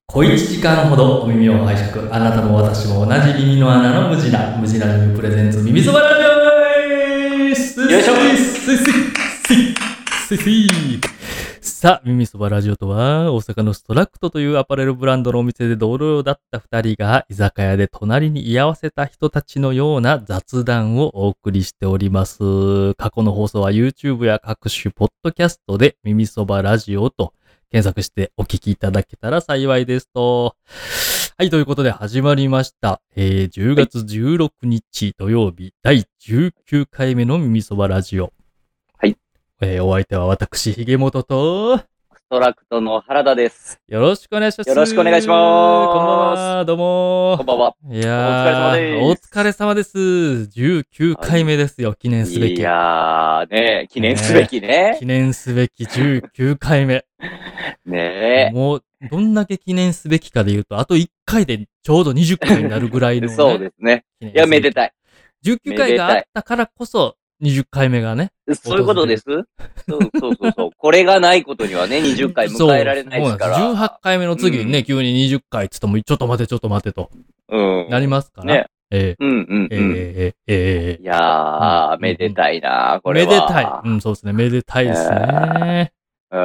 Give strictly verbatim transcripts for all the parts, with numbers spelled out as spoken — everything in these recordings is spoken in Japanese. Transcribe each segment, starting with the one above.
小いちじかんほどお耳を拝借。あなたも私も同じ耳の穴の無地な、無地な耳プレゼンツ耳そばラジオです。 よいしょ。 すいすいすいすいすい。さあ、耳そばラジオとは、大阪のストラクトというアパレルブランドのお店で同僚だった二人が、居酒屋で隣に居合わせた人たちのような雑談をお送りしております。過去の放送は YouTube や各種ポッドキャストで耳そばラジオと検索してお聞きいただけたら幸いですと。はい、ということで始まりました。えー、じゅうがつじゅうろくにち土曜日、だいじゅうきゅうかいめの耳そばラジオ。 はい。 えー、お相手は私、ひげもとと、 ストラクトの原田です。 よろしくお願いします。 よろしくお願いします。 こんばんは、どうもこんばんは。 いやー、お疲れ様です。じゅうきゅうかいめですよ、記念すべき。 いやー、ね記念すべきね。 記念すべきじゅうきゅうかいめ。 ねえ。 もう、どんだけ記念すべきかで言うと、あといっかいでちょうどにじゅっかいになるぐらいの、ね。 そうですね。いや、めでたい。 じゅうきゅうかいがあったからこそ、にじゅっかいめがね。 そういうことです。そうそうそうそう。これがないことにはね、にじゅっかい迎えられないですから。 じゅうはちかいめの次にね、うん、急ににじゅっかいっつっても、ちょっと待て、ちょっと待てと。うん。なりますから。 ね。 ええー。 うんうんうん。 えー、えー、えー。いやー、うん、めでたいな、これは。 めでたい。うん、そうですね。めでたいですね。 うん。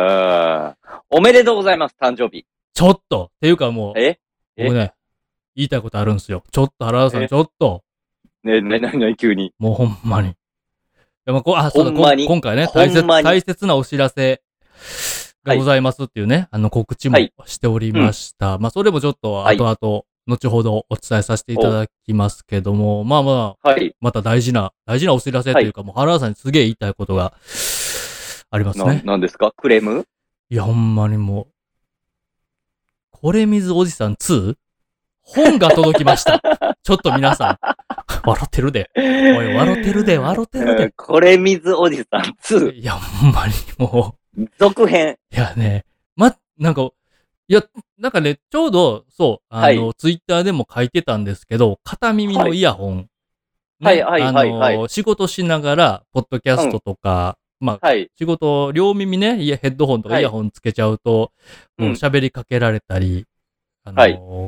おめでとうございます、誕生日。 ちょっとっていうかもう、 え僕ね、言いたいことあるんですよ。ちょっと、原田さん、ちょっと。 ね、な、な、な、急に。 もうほんまに。でもこあ、 そうだ、こ今回ね、大切、大切なお知らせがございますっていうね、はい、あの告知もしておりました。はいうん、まあ、それもちょっと後々、はい、後ほどお伝えさせていただきますけども、まあまあ、はい、また大事な、大事なお知らせというか、はい、もう原田さんにすげえ言いたいことがありますね。 な、なんですか？クレーム？ いや、ほんまにもう、これ水おじさんツー？本が届きました。ちょっと皆さん、笑ってるで。おい、笑ってるで、笑ってるで。 これ水おじさんツー。 いや、ほんまにもう。続編。 いやね、ま、なんか、いや、なんかね、ちょうど、そう、あの、はい、ツイッターでも書いてたんですけど、片耳のイヤホン。 はい、ね、はい、はい、はい、はい。 あの、仕事しながら、ポッドキャストとか、うん、まあ、はい、仕事、両耳ね、ヘッドホンとかイヤホンつけちゃうと、はい、もう喋りかけられたり、うん、あの、はい、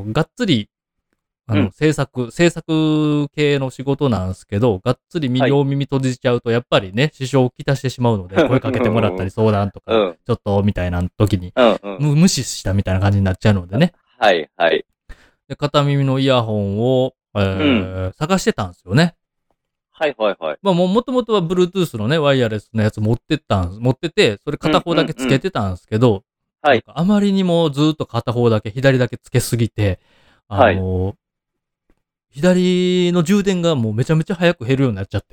がっつり、あの、うん、制作、制作系の仕事なんですけど、がっつり両耳閉じちゃうと、やっぱりね、支障をきたしてしまうので、声かけてもらったり相談とか、うん、ちょっと、みたいな時に、うんうん、無視したみたいな感じになっちゃうのでね。 はい、はい。 で、片耳のイヤホンを、えーうん、探してたんですよね。 はい、はい、はい。 まあ、もともとは Bluetooth のね、ワイヤレスのやつ持ってったん、持ってて、それ片方だけつけてたんですけど、はい。あまりにもずっと片方だけ、左だけつけすぎて、あの、はい左の充電がもうめちゃめちゃ早く減るようになっちゃって。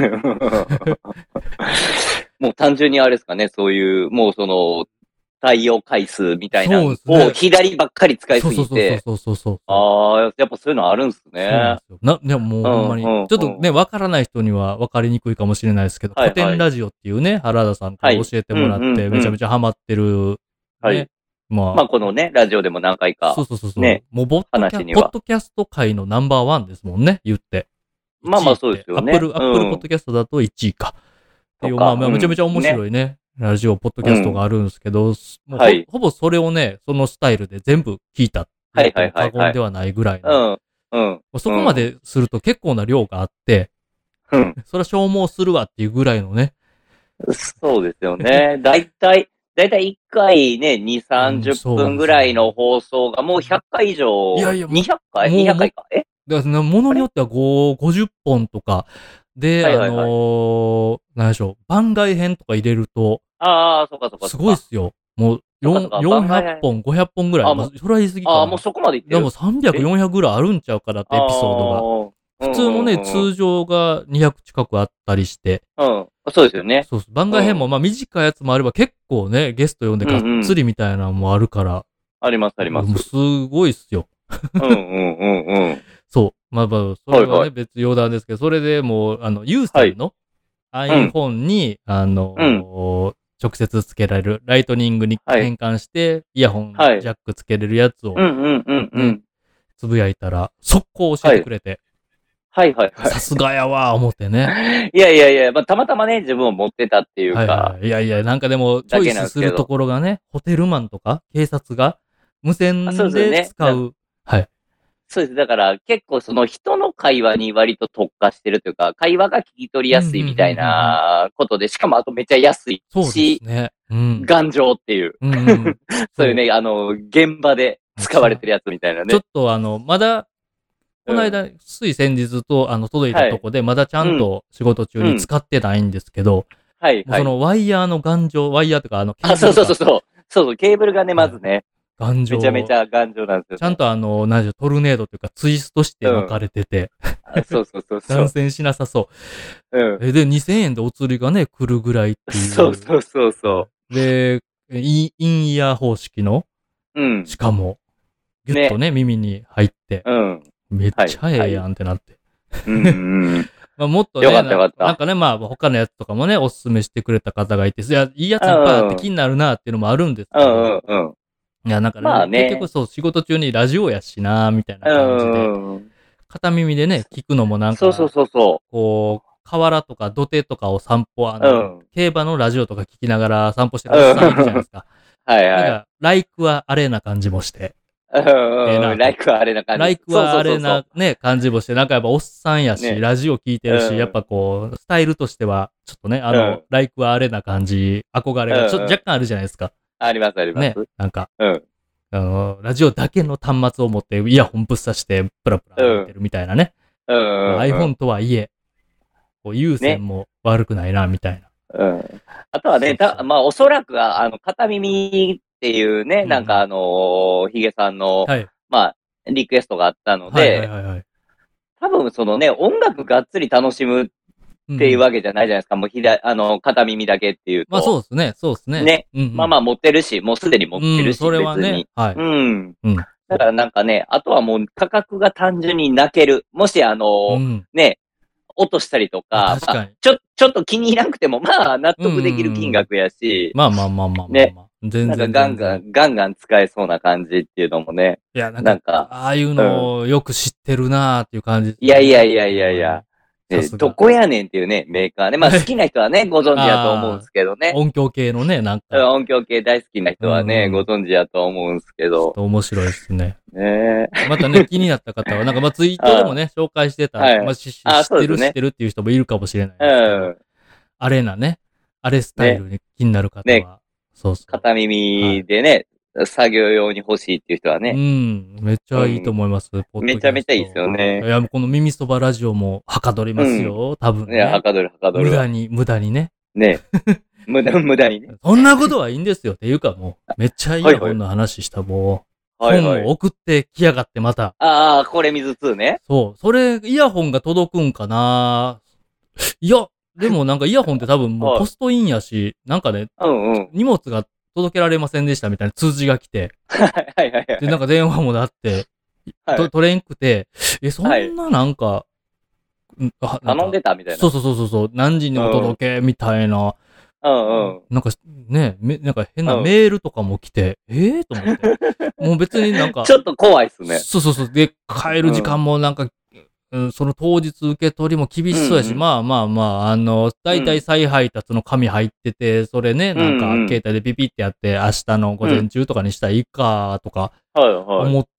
もう単純にあれですかね、そういう、もうその、対応回数みたいなのを、ね、左ばっかり使いすぎて。 そうそうそうそうそう。 ああ、やっぱそういうのあるんすね。 そうなんですよ。な、でももうほんまに、うんうんうん、ちょっとね、わからない人にはわかりにくいかもしれないですけど、はいはい、古典ラジオっていうね、原田さんから教えてもらって、めちゃめちゃハマってる、ね。 はい。まあ、まあ、このね、ラジオでも何回か、ね。 そうそうそうそう。ね、もうボッドキャ、ポッドキャスト界のナンバーワンですもんね、言って。 まあまあそうですよね。 アップル、アップルポッドキャストだといちいか。っていう、まあ、めちゃめちゃ面白いね、ねラジオ、ポッドキャストがあるんですけど、うん、もうほ、はい、ほぼそれをね、そのスタイルで全部聞いた。はいはいはい、はい。過言ではないぐらいの。うん。うん。そこまですると結構な量があって、うん。それは消耗するわっていうぐらいのね。 そうですよね。だいたい、だいたいいっかいね、に、さんじゅっぷんぐらいの放送がもうひゃっかい以上。いやいや、にひゃっかい ?にひゃっ 回か。えだからものによってはご、ごじゅっぽんとか。で、はいはいはい、あのー、何でしょう、番外編とか入れると。 ああ、そうかそうか。 すごいっすよ。もう、よんひゃっぽん、ごひゃっぽんぐらい。あ、まあ、それは言い過ぎかな。 ああ、もうそこまでいってる。 でもさんびゃく、よんひゃくぐらいあるんちゃうかなって、エピソードが。普通のね、通常がにひゃく近くあったりして。 うん。そうですよね。 そうそう。番外編も、まあ短いやつもあれば結構ね、ゲスト呼んでがっつりみたいなのもあるから。うんうん、 あります、あります。 すごいっすよ。 うんうんうんうん。 そう。まあまあ、それはね、はいはい、別余談ですけど、それでもう、あの、有線の iPhone に、うん、あの、うん、直接つけられる、ライトニングに変換して、はい、イヤホン、ジャックつけれるやつを、ね、うんうんうんうん、つぶやいたら、速攻教えてくれて。 はいはいはい。 さすがやわ、思ってね。 いやいやいや、まあ、たまたまね、自分を持ってたっていうか。はいはい、いやいや、なんかでも、チョイスするところがね、ホテルマンとか、警察が、 無線で使う。うはい。 そうです。だから結構その人の会話に割と特化してるというか、会話が聞き取りやすいみたいなことで、しかもあとめっちゃ安いし、 そうですね。うん、 頑丈っていう。 うんうん、 そういうね、あの、現場で使われてるやつみたいなね。 ちょっとあの、まだ、この間、つい先日と、あの、届いたとこで、まだちゃんと仕事中に使ってないんですけど、 はい、はい。 そのワイヤーの頑丈、ワイヤーとか、あの、 あ、そうそうそうそう。そうそう、ケーブルがね、まずね。 頑丈。 めちゃめちゃ頑丈なんですよ、ね。 ちゃんとあの、何でしょう、トルネードというか、ツイストして巻かれてて。 うん、そうそうそうそう。 断線しなさそう。うん。で、にせんえんでお釣りがね、来るぐらいっていう。 そうそうそうそう。 で、インイヤー方式の、うん。しかも、ギュッとね、ね耳に入って、うん。めっちゃええやんってなって。はいはい、うんうん。まあもっとねよかったよかった。 なんかね、まあ他のやつとかもね、おすすめしてくれた方がいて、いや、いいやついっぱいあって気になるなっていうのもあるんですけど。うんうんうん。いや、なんかね、まあね結局そう、仕事中にラジオやしな、みたいな感じで。うん。片耳でね、聞くのもなんか、 そうそうそうそう。 こう、河原とか土手とかを散歩、あの、うん、競馬のラジオとか聞きながら散歩してるおっさんいるじゃないですか。はいはい。なんか、ライクはあれな感じもして。 うんうん、ライクはあれな感じ。 ライクはあれなね、感じもして、なんかやっぱおっさんやし、ね、ラジオ聞いてるし、うん、やっぱこう、スタイルとしては、ちょっとね、あの、うん、ライクはあれな感じ、憧れがちょっと若干あるじゃないですか。 うんうん、ありますあります。 ね、なんか、うん、あの、ラジオだけの端末を持ってイヤホンぶっ刺して、プラプラ歩いてるみたいなね。うんうんうん、iPhone とはいえ、こう有線も悪くないな、みたいな。 うん。あとはね、そうそうたまあ、おそらくは、あの、片耳っていうね、うん、なんかあのー、ヒゲさんの、はい、まあ、リクエストがあったので、はいはいはいはい、多分そのね、音楽がっつり楽しむっていうわけじゃないじゃないですか。うん、もうひだ、あの、片耳だけっていうと。 まあそうですね、そうですね。 ね。うんうん、まあまあ持ってるし、もうすでに持ってるし、うん、それはね、別に。はい。うん。うん。だからなんかね、あとはもう価格が単純に泣ける。もしあのー、うん、ね、落としたりとか、 確かに、まあ、 ちょ、ちょっと気に入らなくても、まあ納得できる金額やし、 まあまあまあまあまあ、まあ、 ね。 全然なんかガンガン、ガンガン使えそうな感じっていうのもね。 いや、なんか、なんかああいうのをよく知ってるなーっていう感じ、ね、 いやいやいやいやいや。どこやねんっていうね、メーカーね。まあ好きな人はね、ご存知やと思うんですけどね。 音響系のね、なんか。 音響系大好きな人はね、うん、ご存知やと思うんですけど。ちょっと面白いですね。ねまたね、気になった方は、なんかまあツイートでもね、紹介してた、はい、まあ知ってる、ね、知ってるっていう人もいるかもしれないですけど、うん、あれなね、あれスタイルに気になる方は、ね、そうそう。 片耳でね、はい、作業用に欲しいっていう人はね。 うん、めっちゃいいと思います。 うん、めちゃめちゃいいですよね。 いや、この耳そばラジオもはかどりますよ、うん、多分ね。 いや、はかどるはかどる。 無駄に、無駄にね。 ね無駄、無駄にね。 そんなことはいいんですよ。っていうかもう、めっちゃいい本の話したもう。はいはい、本を送ってきやがってまた。 ああ、これ水ツーね。 そう。それ、イヤホンが届くんかないや、でもなんかイヤホンって多分もうポストインやし、なんかね、うんうん、荷物が届けられませんでしたみたいな通知が来て。はいはいはい。で、なんか電話もなって、はい、と取れんくて、え、そんななんか、 はい、頼んでたみたいな。 そうそうそうそう、何時にお届けみたいな。うんうん。なんかね、めなんか変なメールとかも来て、うん、ええー、と思って。もう別になんか。 ちょっと怖いっすね。 そうそうそう。で、帰る時間もなんか、うん、その当日受け取りも厳しそうやし、うんうん、まあまあまあ、あの、大体再配達の紙入ってて、それね、なんか携帯でピピってやって、明日の午前中とかにしたらいいか、とか、思って、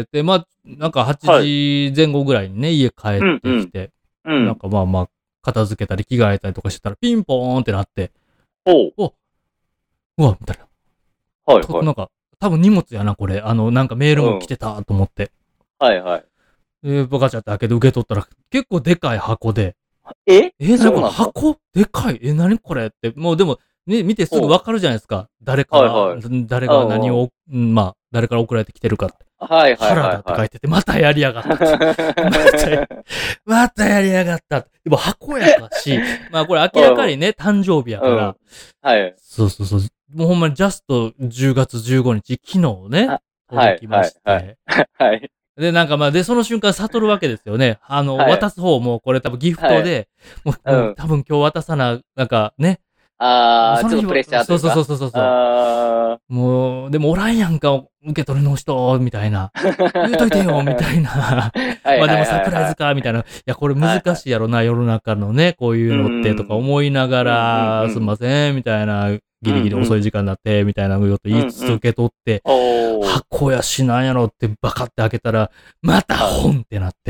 で、まあ、なんかはちじぜん後ぐらいにね、家帰ってきて、うんうん、なんかまあまあ、片付けたり着替えたりとかしてたら、ピンポーンってなって、おおうわ、みたいな。はいはい。なんか、多分荷物やな、これ。あの、なんかメールも来てたと思って。 うん、はいはい。 えー、バカちゃったけど受け取ったら結構でかい箱で。 ええなんか箱でかいえ、何これって。もうでも、ね、見てすぐわかるじゃないですか。誰から、はいはい、誰が何を、まあ、誰から送られてきてるかって。 はいはいはい、はい。 原田って書いてて、またやりやがった。また、またやりやがった。でも箱やかし、まあこれ明らかにね、誕生日やから、うん。はい。そうそうそう。もうほんまにジャストじゅうがつじゅうごにち、昨日ね、届きまして。はい、はい、はい。で、なんかまあ、で、その瞬間悟るわけですよね。あの、はい、渡す方も、これ多分ギフトで、はい、もう、うん、多分今日渡さな、なんかね。 ああ、ちょっとプレッシャーというか。 そうそうそうそう。もう、でもおらんやんか、受け取りの人、みたいな。言うといてよ、みたいな。まあでもサプライズか、みたいな。いや、これ難しいやろな、はいはい、世の中のね、こういうのって、とか思いながら、すんません、みたいなギリギリ遅い時間になって、みたいなこと言い続けとって、うんうん、箱やしなんやろってバカって開けたら、また本ってなって。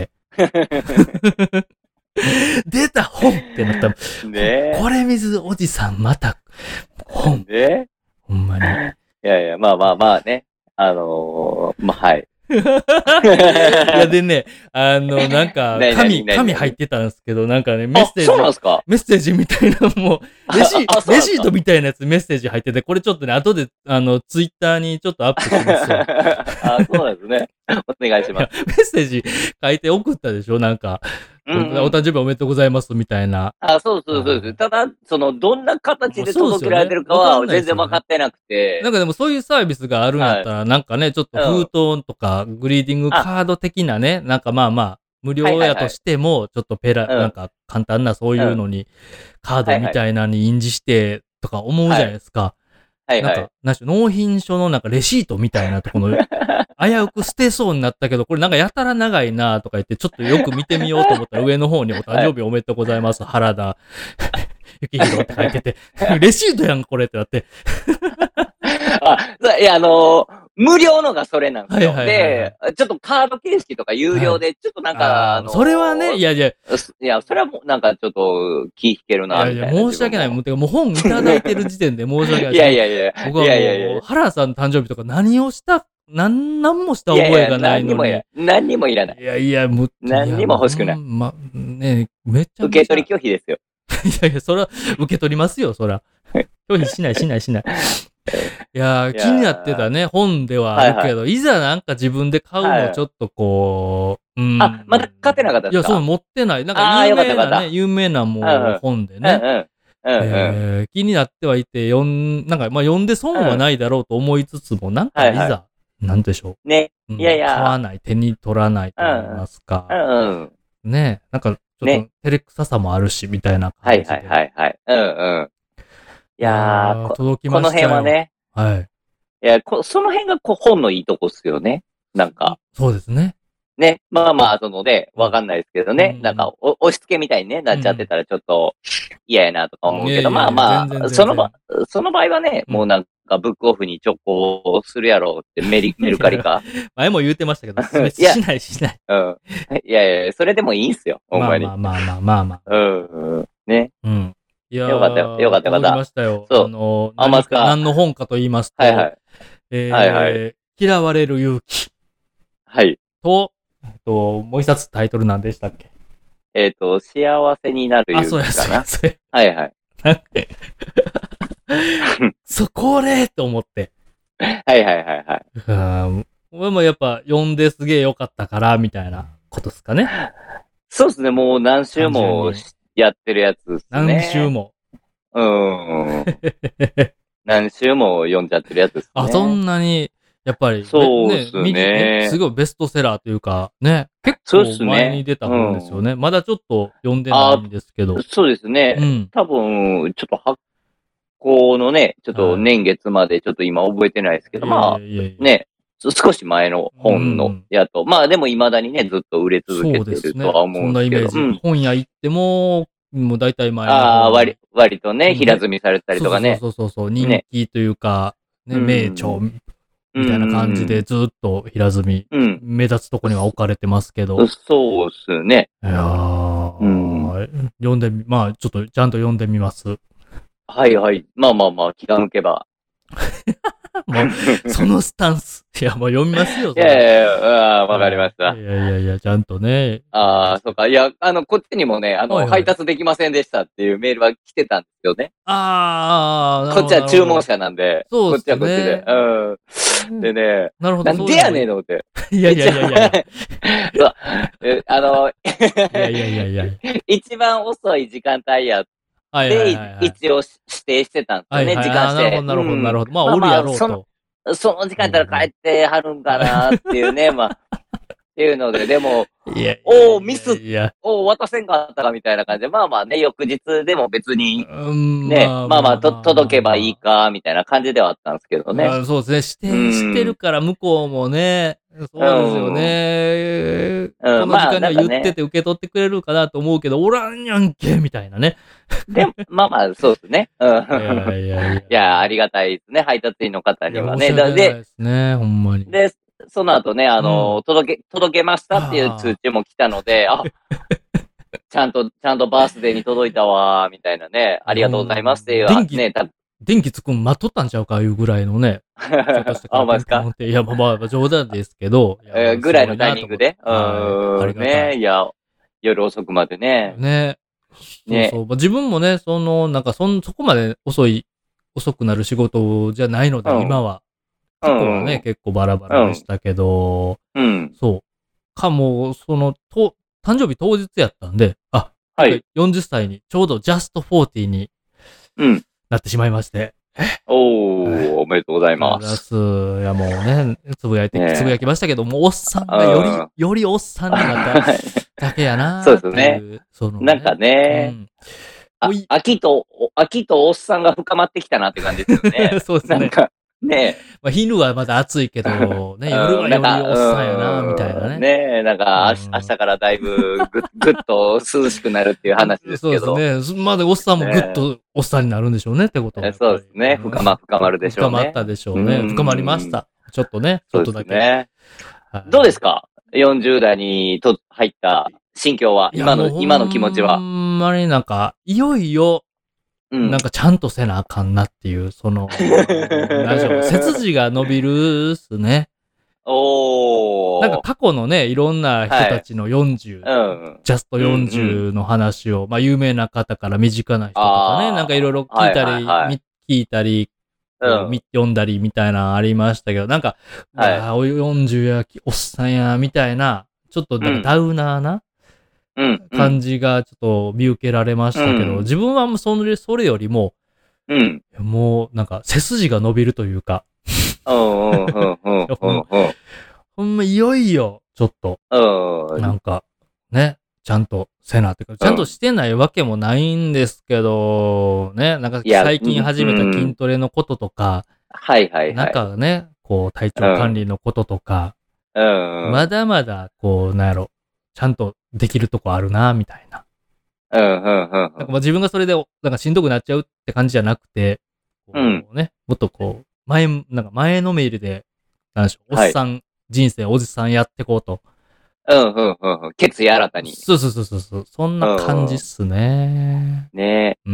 出た本ってなった。ね、これ水おじさんまた本。ね、ほんまに。 いやいや、まあまあまあね。あのー、まあはい。 いやでね、あの、なんか、紙、紙入ってたんですけど、なんかね、メッセージ、 そうなんすか？ メッセージみたいな、もう、レシレシートみたいなやつメッセージ入ってて、これちょっとね、後で、あの、ツイッターにちょっとアップしますよ。 あ、そうなんですね。お願いします。 メッセージ書いて送ったでしょなんか、うんうん、お誕生日おめでとうございますみたいな。 あ、そうそうそうです。ただ、その、どんな形で届けられてるかは全然分かってなくて。 なんかでもそういうサービスがあるんやったら、はい、なんかね、ちょっと封筒とか、グリーディングカード的なね、なんかまあまあ、無料やとしても、ちょっとペラ、はいはいはい、なんか簡単なそういうのに、カードみたいなのに印字してとか思うじゃないですか。はいはいはい、なんか、なんし納品書のなんかレシートみたいなところの、危うく捨てそうになったけど、これなんかやたら長いなとか言って、ちょっとよく見てみようと思ったら上の方にお誕生日おめでとうございます、はい、原田、ゆきひろって書いてて、レシートやんこれってなって。 あ、いや、あのー、無料のがそれなんですよ。はいはいはいはい、で、ちょっとカード形式とか有料で、はい、ちょっとなんか、あのー、 それはね、いやいや、 いや、それはもうなんかちょっと気引けるな、みたいな。 いやいや、申し訳ない。もう、てかもう本いただいてる時点で申し訳ない。 いやいやいや。 僕はもう、いやいやいや原さんの誕生日とか何をした、何、何もした覚えがないのに。いやいや何にもいらない。 いやいや、もう、 何にも欲しくない。 ま、ねめっちゃ。 受け取り拒否ですよ。 いやいや、そら、受け取りますよ、そら。拒否しない、しない、しない。いやー、気になってたね、本ではあるけど、はいはい、いざなんか自分で買うのちょっとこう、はい、うん。 あ、まだ買ってなかったですか？ いや、そう、持ってない。なんか有名なね、有名なもう本でね。うんうんえー、気になってはいて、読ん、なんか、まあ、読んで損はないだろうと思いつつも、なんかいざ、はいはい、なんでしょう。 ね。 うん、 いやいや。 買わない、手に取らないと言いますか。 うんうん。 ねなんか、ちょっと、照れくささもあるし、みたいな感じで。 はいはいはいはい。うんうん。いやー、 届きましたよ。 この辺はね。 はい。 いや、こその辺がこ本のいいとこっすよね。なんか。 そうですね。 ね。まあまあ、そのね、わかんないですけどね。うん、なんかお、押し付けみたいに、ね、なっちゃってたらちょっと嫌やなとか思うけど、うん、まあまあ、その場、その場合はね、うん、もうなんかブックオフに直行するやろうってメリ、メルカリか。 前も言うてましたけど、しないしない。 うん。いやいや、それでもいいんすよ、ほんまに。 まあまあまあまあまあ。 うん、うん。ね。 うん。いやよかったよ、よかったよかった。 ましたよ。 そう。 あの、 あ、まか。 何の本かと言いますと、 はいはい。 えー、 はいはい、 嫌われる勇気。 はい。 と、えっと、もう一冊タイトル何でしたっけ？ えっと、幸せになる勇気かな。あ、そうや、そうや。はいはい。 そこれと思って。 はいはいはいはい。 うん。俺もやっぱ読んですげえ良かったから、みたいなことですかね。 そうですね、もう何週もやってるやつですね。 何週も。 うん。何週も読んじゃってるやつですね。 あ、そんなに、やっぱり、 そうですね。 ねすごいベストセラーというか、ね、結構前に出た本ですよね。ねうん、まだちょっと読んでないんですけど。 そうですね。うん、多分、ちょっと発行のね、ちょっと年月までちょっと今覚えてないですけど、まあ、ね、少し前の本のやと、うん、まあでも未だにね、ずっと売れ続けてるとは思うんですけど。 そんなイメージ。うん、本屋行っても、もう大体前の。 ああ、割、割とね、平積みされたりとかね。 そうそうそうそう、人気というか、ね、ね名著みたいな感じでずっと平積み、うん、目立つとこには置かれてますけど。 そうっすね。 いやー、うん、読んでみ、まあちょっとちゃんと読んでみます。 はいはい。まあまあまあ、気が抜けば。 もう、そのスタンス。いや、もう読みますよ。 いやいやいや、わかりました。 いやいやいや、ちゃんとね。 ああ、そうか。いや、あの、こっちにもね、あの、はいはい、配達できませんでしたっていうメールは来てたんですよね。 ああ、 こっちは注文者なんで。 そうですね。 こっちはこっちで。うん。でね、 なるほど。 なんでやねんのって。 いやいやいやいや。 あの、 いやいやいやいや。 一番遅い時間帯や。で、一応指定してたんですよね、時間指定。 なるほど、なるほど。まあ、おるやろうと。 その時間やったら帰ってはるんかなっていうね、まあ、っていうので、でも、おお、ミス、おお、渡せんかったかみたいな感じで、まあまあね、翌日でも別に、ね、まあまあと、届けばいいか、みたいな感じではあったんですけどね。 そうですね、指定してるから向こうもね、 そうですよね。この時間には言ってて受け取ってくれるかなと思うけど、おらんやんけみたいなね。 で、まあまあ、そうですね。うん。 いやいやいや。 いや、ありがたいですね、配達員の方にはね。 申し訳ないですね、ほんまに。 で、その後ね、あの、届け、届けましたっていう通知も来たので、あ、ちゃんと、ちゃんとバースデーに届いたわ、みたいなね、ありがとうございますっていうね、 電気つくん待っとったんちゃうかいうぐらいのね。 あ、まあですか。 いや、まあまあ、冗談ですけど。 えー、ぐらいのタイミングで。うん。ね、いや、夜遅くまでね。 ね。そうそう。自分もね、その、なんか、そん、そこまで遅い、遅くなる仕事じゃないので、今は。過去はね、結構バラバラでしたけど。 うん。 そう。かも、その、と、誕生日当日やったんで、あ、 はい。 よんじゅっさいに、ちょうどジャストフォーティーに。 うん。 なってしまいまして。 おー、おめでとうございます。 いや、もうね、つぶやいて、つぶやきましたけど、もうおっさんがより、よりおっさんになっただけやなそうですね。なんかね、秋と、秋とおっさんが深まってきたなって感じですよね。 そうですね。 なんか、ねまあ、昼はまだ暑いけど、ね、夜はよりおっさんやな、みたいなね。 ねえ、なんか、明日からだいぶぐ、ぐっと涼しくなるっていう話ですけど。 そうですね。まだおっさんもぐっとおっさんになるんでしょうねってことは。 そうですね。深ま、深まるでしょうね。 深まったでしょうね。深まりました。ちょっとね、ちょっとだけ。 ね。どうですか ?よんじゅう 代にと入った心境は、今の、今の気持ちは。 ほんまになんか、いよいよ、なんかちゃんとせなあかんなっていう、その、何でしょう、背筋が伸びるっすね。 おー。 なんか過去のね、いろんな人たちのよんじゅう、はいうん、ジャストよんじゅうの話を、うんうん、まあ有名な方から身近な人とかね、なんかいろいろ聞いたり、はいはいはい、聞いたり、うん、読んだりみたいなのありましたけど、なんか、はい、よんじゅうや、おっさんや、みたいな、ちょっとなんかダウナーな、うん、感じがちょっと見受けられましたけど、うん、自分はもうそれ、それよりも、うん、もうなんか背筋が伸びるというか、ほんまいよいよ、ちょっと、なんか、ね、ちゃんとせなってか、ちゃんとしてないわけもないんですけど、ね、なんか最近始めた筋トレのこととか、 はいはいはい。 なんかね、こう体調管理のこととか、まだまだ、こう、なんやろ、ちゃんとできるとこあるな、みたいな。 うんうんうん。なんかまあ自分がそれで、なんかしんどくなっちゃうって感じじゃなくて、こうね、もっとこう、前、なんか前のめりで、なんでしょう、おっさん、人生おじさんやってこうと。 うんうんうんうん。決意新たに。 そうそうそうそう。そんな感じっすね。 ねえ。うん。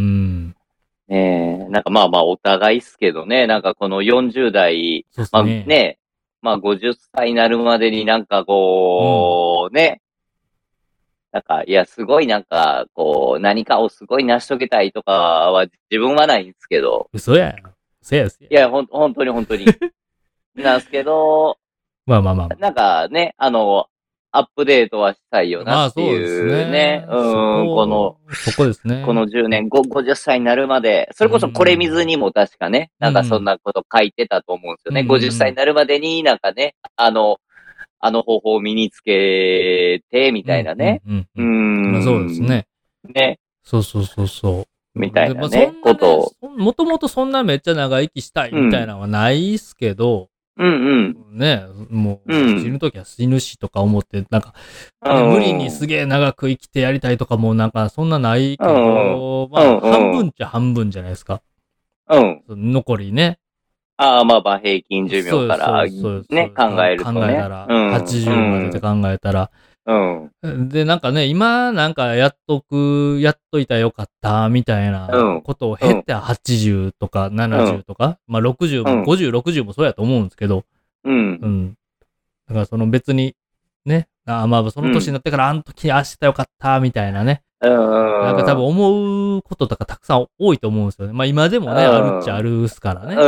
ねえ。なんかまあまあお互いっすけどね。なんかこのよんじゅう代、 そうっすまあね、まあごじゅっさいになるまでになんかこう、うん、ね。なんか、いや、すごいなんか、こう、何かをすごい成し遂げたいとかは自分はないんですけど。 嘘や。嘘や、嘘や。 いや、ほん、本当に本当に。なんすけど、 まあまあまあ。 なんかね、あの、アップデートはしたいよなっていうね。まあ、そうですね。うん、この、 そこですね。 このじゅうねん、ごじゅっさいになるまで、それこそこれ見ずにも確かね、なんかそんなこと書いてたと思うんですよね。うん、ごじゅっさいになるまでになんかね、あの、あの方法を身につけて、みたいなね。 うん。うん。まあそうですね。 ね。 そうそうそうそう。 みたいなね、ことを。 もともとそんなめっちゃ長生きしたいみたいなのはないっすけど、 うんうん。 ねもう、死ぬときは死ぬしとか思って、なんか、ね、無理にすげえ長く生きてやりたいとかもなんかそんなないけど、まあ、半分っちゃ半分じゃないですか。 うん。 残りね。 ああ、まあまあ平均寿命からね、考えるとね。 考えたら、はちじゅうまでって考えたら。 うん。 で、なんかね、今、なんかやっとく、やっといたらよかった、みたいなことを経てはちじゅうとかななじゅうとか、まあろくじゅうも、ごじゅう、ろくじゅうもそうやと思うんですけど、 うん。 うん。だからその別に、ね、あまあその年になってからあの時あしたよかった、みたいなね。 うん。 なんか多分思うこととかたくさん多いと思うんですよね。まあ今でもね、あるっちゃあるっすからね。 うん。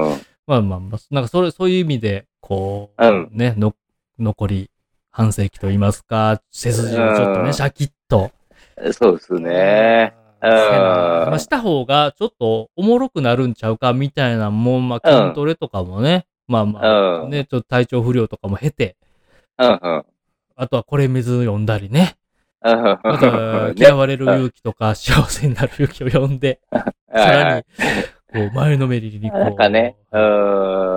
まあまあまあ、なんかそれ、そういう意味で、こう、ね、の、残り半世紀と言いますか、背筋をちょっとね、シャキッと。 そうですね。うん。まあした方がちょっとおもろくなるんちゃうかみたいなもん、まあ筋トレとかもね、まあまあ、ね、ちょっと体調不良とかも経て、 うんうん。 あとはこれ水読んだりね。 うん。 また、嫌われる勇気とか幸せになる勇気を読んで、さらに、こう、前のめりにこう。 なんかね、うん。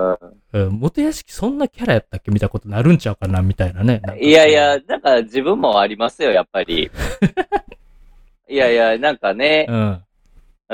うん、元屋敷そんなキャラやったっけ見たことなるんちゃうかなみたいなね。 いやいや、なんか自分もありますよ、やっぱり。いやいや、なんかね、うん、うん、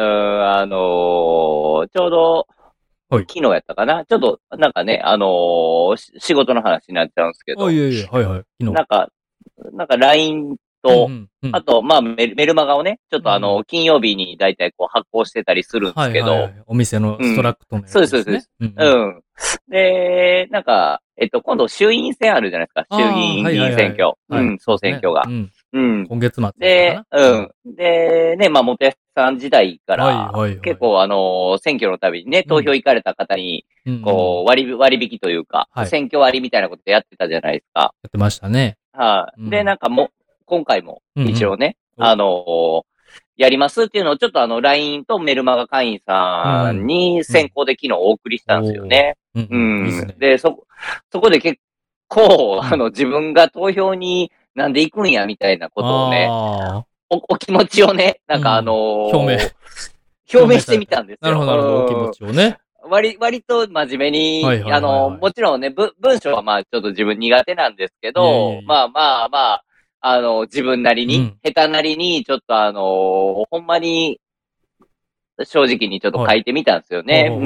あのー、ちょうど、昨日やったかなちょっと、なんかね、あのー、仕事の話になっちゃうんですけど。 いやいや、はいはい。 昨日。なんか、なんか ライン と、うんうんうん、あと、まあメル、メルマガをね、ちょっとあの、うん、金曜日にだいたいこう発行してたりするんですけど。はいはいはい、 お店のストラクトのやつですね。うん、そうです、そうです。 うん、うん。で、なんか、えっと、今度衆院選あるじゃないですか。衆議院議員選挙。はいはいはい、うん、総選挙が。ね、うん。うん。 今月末で、うん。で、ね、まあ、元安さん時代から、はいはいはい、結構あの、選挙のたびにね、投票行かれた方に、こう、割、割引というか、はい、選挙割みたいなことやってたじゃないですか。 やってましたね。 はい、うん。で、なんかも、今回も、一応ね、うんうん、あのー、やりますっていうのをちょっとあの、ライン とメルマガ会員さんに先行で昨日お送りしたんですよね。うん。うんうんいいね、で、そ、そこで結構、あの、自分が投票になんで行くんやみたいなことをね、お、お気持ちをね、なんかあのー、 表明。 表明してみたんですよ。 なるほど、なるほど、お気持ちをね。 割、割と真面目に、はいはいはいはい、あの、もちろんね、ぶ文章はまあちょっと自分苦手なんですけど、まあまあまあ、あの、自分なりに、うん、下手なりに、ちょっとあのー、ほんまに、正直にちょっと書いてみたんですよね。 はい、うん。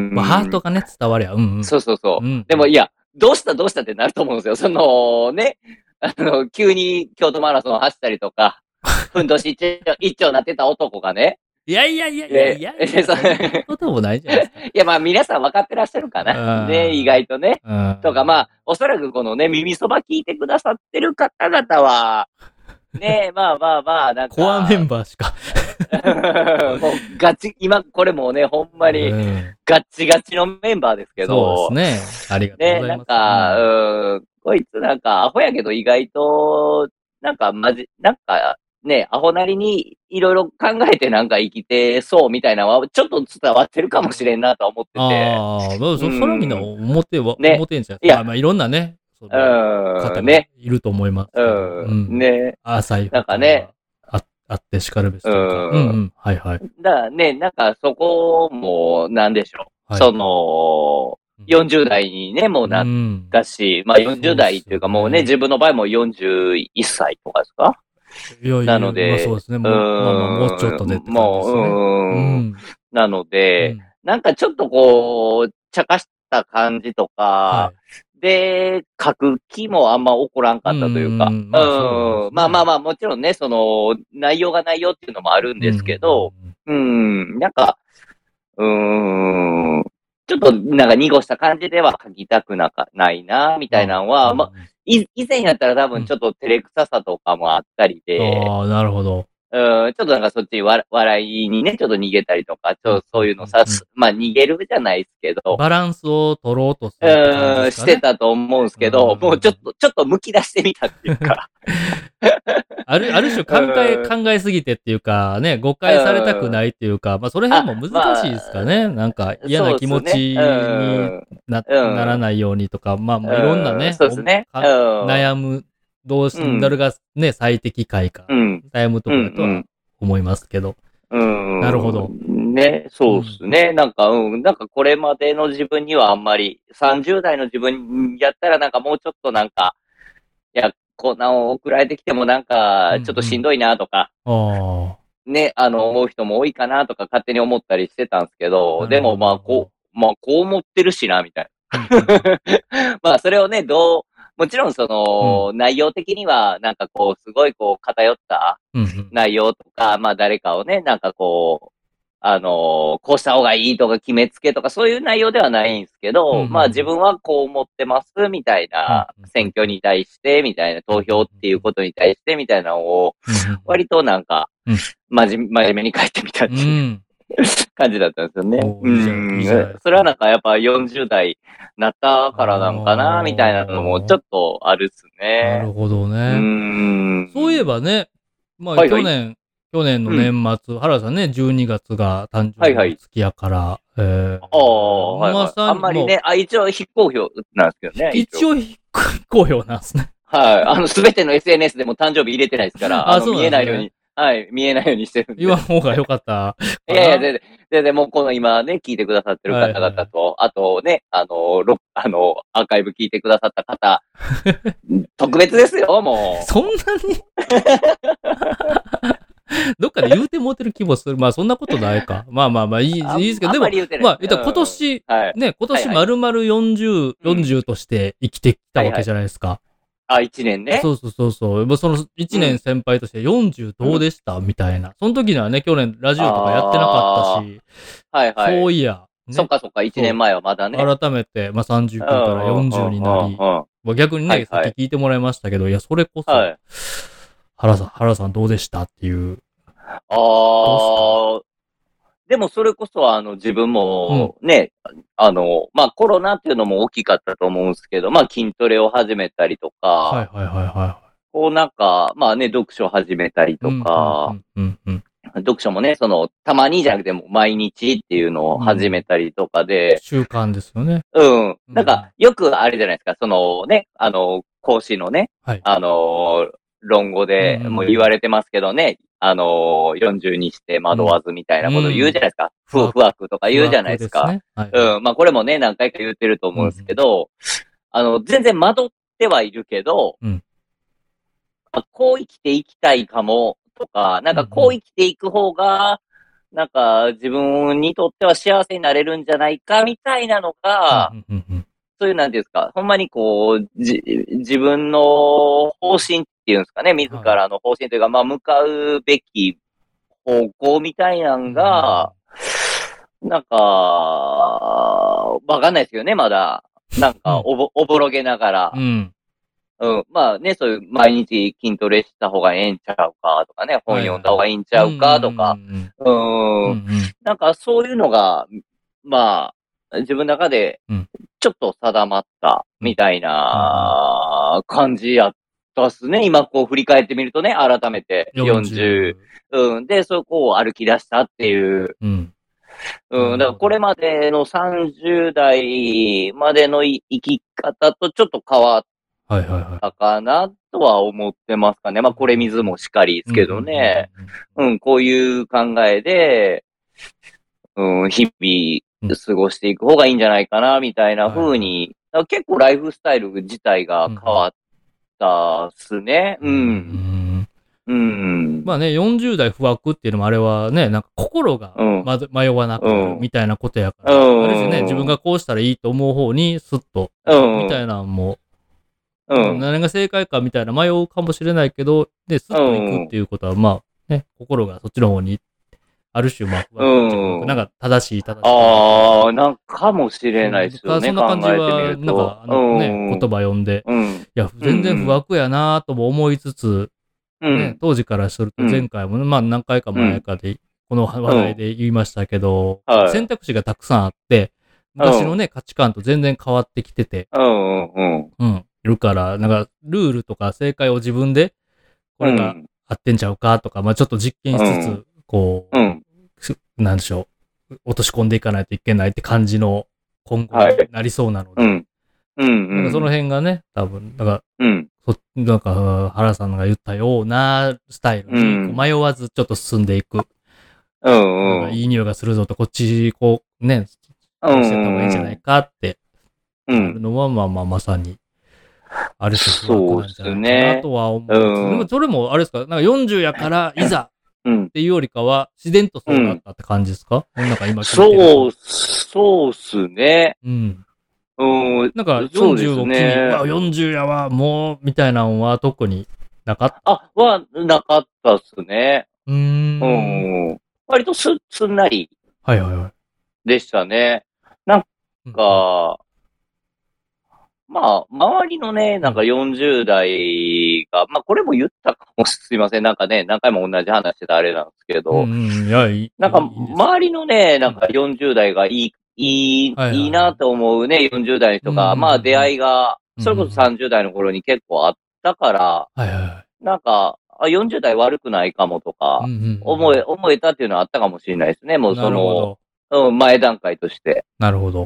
まあ、ハートがね、伝わりゃ。うんうん。 そうそうそう。うん、でもいや、どうしたどうしたってなると思うんですよ。その、ね、あの、急に京都マラソン走ったりとか、ふんどし一丁、一丁なってた男がね、 いやいやいやいやいや、いやそんなこともないじゃないですか。いや、まあ皆さん分かってらっしゃるかな。ね、意外とね。とか、まあ、おそらくこのね、耳そば聞いてくださってる方々は、ね、まあまあまあ、なんか。 コアメンバーしか。 もうガチ、今これもうね、ほんまにガッチガチのメンバーですけど。 そうですね。ありがとうございます。ね、 なんか、うん、こいつなんかアホやけど意外と、なんかまじ、なんか、ね、アホなりにいろいろ考えてなんか生きてそうみたいなのはちょっと伝わってるかもしれんなと思ってて。 ああ、そ、それはみんな表は、ね、表んじゃないですか。いや、まあ、まあ、いろんなね、 その方がいると思いますけど。うん。 ね。 浅い。 なんかね。 あ、あってしかるべしというか。うんうん。はいはい。 だからね、なんかそこも、なんでしょう。その、よんじゅう代にね、もうなったし、まあよんじゅう代っていうかもうね、自分の場合もよんじゅういっさいとかですかいやいや、なので、まあそうですね。もう、まあまあもうちょっとでって感じですね。もう、 うん。なので、なんかちょっとこう、茶化した感じとか、で、書く気もあんま起こらんかったというか。うん。まあまあまあ、もちろんね、その、内容が内容っていうのもあるんですけど、うん、なんか、うーん、ちょっとなんか濁した感じでは書きたくなかないな、みたいなのは、まあ、以前やったら多分ちょっと照れくささとかもあったりで、 ああ、なるほど。 うん、ちょっとなんかそっちわ笑いにね、ちょっと逃げたりとか、ちょっとそういうのさ、す、まあ逃げるじゃないですけど。 バランスを取ろうとする、 ね。うん、してたと思うんですけど、もうちょっと、ちょっと剥き出してみたっていうか。 ある、ある種考え、考えすぎてっていうか、ね、誤解されたくないっていうか、まあそれ辺も難しいですかね。まあ、なんか嫌な気持ちに な,、ね、ならないようにとか、まあもういろんなね、 そうですね。 悩む。どうし、どれがね、最適解か、悩むところだとは思いますけど。 うん。 なるほど。 ね、そうですね。うん、なんか、うん、なんかこれまでの自分にはあんまり、さんじゅう代の自分やったらなんかもうちょっとなんか、いや、こんなを送られてきてもなんか、ちょっとしんどいなとか、うんうん、ね、あの、思う人も多いかなとか勝手に思ったりしてたんですけど、でもまあ、こう、まあ、こう思ってるしな、みたいな。まあ、それをね、どう、もちろんその、うん、内容的には、なんかこう、すごいこう、偏った内容とか、うんうん、まあ誰かをね、なんかこう、あのー、こうした方がいいとか決めつけとかそういう内容ではないんですけど、うんうん、まあ自分はこう思ってますみたいな、選挙に対してみたいな、投票っていうことに対してみたいなのを、割となんか、真面目に書いてみたっていう。うん感じだったんですよね。うん。それはなんかやっぱよんじゅう代なったからなんかな、みたいなのもちょっとあるっすね。 なるほどね。うん。そういえばね、まあ去年、はいはい、去年の年末、うん、原さんね、じゅうにがつが誕生日の月やから、はいはい、えー、 ああ、はい、はい、まさにあんまりね、あ、一応非公表なんですけどね。 一応非公表なんですね。 はい。あの、すべての エスエヌエス でも誕生日入れてないですから、あの、見えないように。 はい、見えないようにしてるんで。 言わん方が良かったいやいや、全然、全然もうこの今ね、聞いてくださってる方々と、はいはい、あとね、あの、ロあの、アーカイブ聞いてくださった方、特別ですよ、もう。 そんなにどっかで言うてもうてる気もする。まあそんなことないか。まあまあまあいい、いいですけど、でも、まあ、今年、うんはい、ね、今年丸々よんじゅう、よんじゅうとして生きてきたわけじゃないですか。 はいはい、あ、いちねんね。 そうそうそうそう。もうそのいちねん先輩としてよんじゅうどうでした、うん、みたいな。その時にはね、去年ラジオとかやってなかったし、 はいはい。 そういや。 ね、そっかそっか、いちねんまえはまだね。 改めて、まあさんじゅうきゅうからよんじゅうになり、まあ、逆にね、はいはい、さっき聞いてもらいましたけど、いや、それこそ、はい、原さん、原さんどうでしたっていう。 ああ、でもそれこそあの自分もね、うん、あの、まあコロナっていうのも大きかったと思うんですけど、まあ筋トレを始めたりとか、 はいはいはいはい。 こうなんか、まあね、読書を始めたりとか、読書もね、その、たまにじゃなくても毎日っていうのを始めたりとかで、うん、 習慣ですよね。 うん。なんか、よくあれじゃないですか、そのね、あの、講師のね、はい、あの、論語でもう言われてますけどね、あのー、よんじゅうにして惑わずみたいなこと言うじゃないですか。不、うん、不惑とか言うじゃないですか。ねはいはい、うん。まあこれもね、何回か言ってると思うんですけど、うん、あの、全然惑ってはいるけど、うん、こう生きていきたいかもとか、なんかこう生きていく方が、なんか自分にとっては幸せになれるんじゃないかみたいなのが、うんうんうんうんそういうなんていうんですか、ほんまにこう、じ、自分の方針っていうんですかね、自らの方針というか、はい、まあ、向かうべき方向みたいなのが、うん、なんか、わかんないですけどね、まだ。なんかおぼ、おぼろげながら。うん。うん。まあね、そういう毎日筋トレした方がええんちゃうかとかね、本読んだ方がいいんちゃうかとか。うん。なんかそういうのが、まあ、自分の中で、ちょっと定まったみたいな感じやったっすね。今こう振り返ってみるとね、改めてよんじゅう。うん。で、そこを歩き出したっていう。うん。うん。だからこれまでのさんじゅう代までの生き方とちょっと変わったかなとは思ってますかね。まあこれ水もしかりですけどね。うん。こういう考えで、うん、日々、過ごしていく方がいいんじゃないかな、みたいな風に、はいはい、結構ライフスタイル自体が変わったっすね。うん。うん。うん、 まあね、よんじゅう代不惑っていうのもあれはね、なんか心が、ま、迷わなくなるみたいなことやから、うん、ある種ね、自分がこうしたらいいと思う方にスッと、うん、みたいなのも、うん、何が正解かみたいな迷うかもしれないけど、で、スッと行くっていうことは、まあね、心がそっちの方にある種、まあ、うん、なんか正しい、正しい。 ああ、なんかもしれないですよね。 そんな感じは、なんか、あのね、うん、言葉読んで、うん、いや、全然不惑やなとも思いつつ、うん、ね、当時からすると前回も、まあ何回か前かで、この話題で言いましたけど、うん、選択肢がたくさんあって、昔のね、価値観と全然変わってきてて、うん、うん、うん、いるから、なんか、ルールとか正解を自分で、これが合ってんちゃうかとか、まあちょっと実験しつつ、こう、うんなんでしょう、落とし込んでいかないといけないって感じの今後になりそうなので。はい、うん。うん、うん。なんかその辺がね、多分、だから、うん。そなんか、原さんが言ったようなスタイルに迷わずちょっと進んでいく。うん、うん。なんかいい匂いがするぞと、こっち、こう、ね、こうしてった方がいいんじゃないかって、うん。なるのは、まあまあ、まさに、ある種不惑なんじゃないかなとは思う。うん、でもそれも、あれですか、なんかよんじゅうやから、いざ、うん。っていうよりかは、自然とそうなったって感じですか？うん、なんか今聞いてるそう、そうっすね。うん。 うん。なんかよんじゅうを機に、ね、わ、よんじゅうやわ、もう、みたいなのは特になかった？ あ、は、なかったっすね。うーん。うん。割とす、すんなり。 はいはいはい。 でしたね。なんか、うんまあ、周りのね、なんかよんじゅう代が、うん、まあ、これも言ったかもすいません。なんかね、何回も同じ話してたあれなんですけど、うんうん、いや、いい。なんか、周りのね、なんかよんじゅう代がいい、いい、いいなと思うね、よんじゅう代の人が、うん、まあ、出会いが、それこそさんじゅう代の頃に結構あったから、はいはい、なんか、あ、よんじゅう代悪くないかもとか、思え、思えたっていうのはあったかもしれないですね。もうその、うん、前段階として。 なるほど。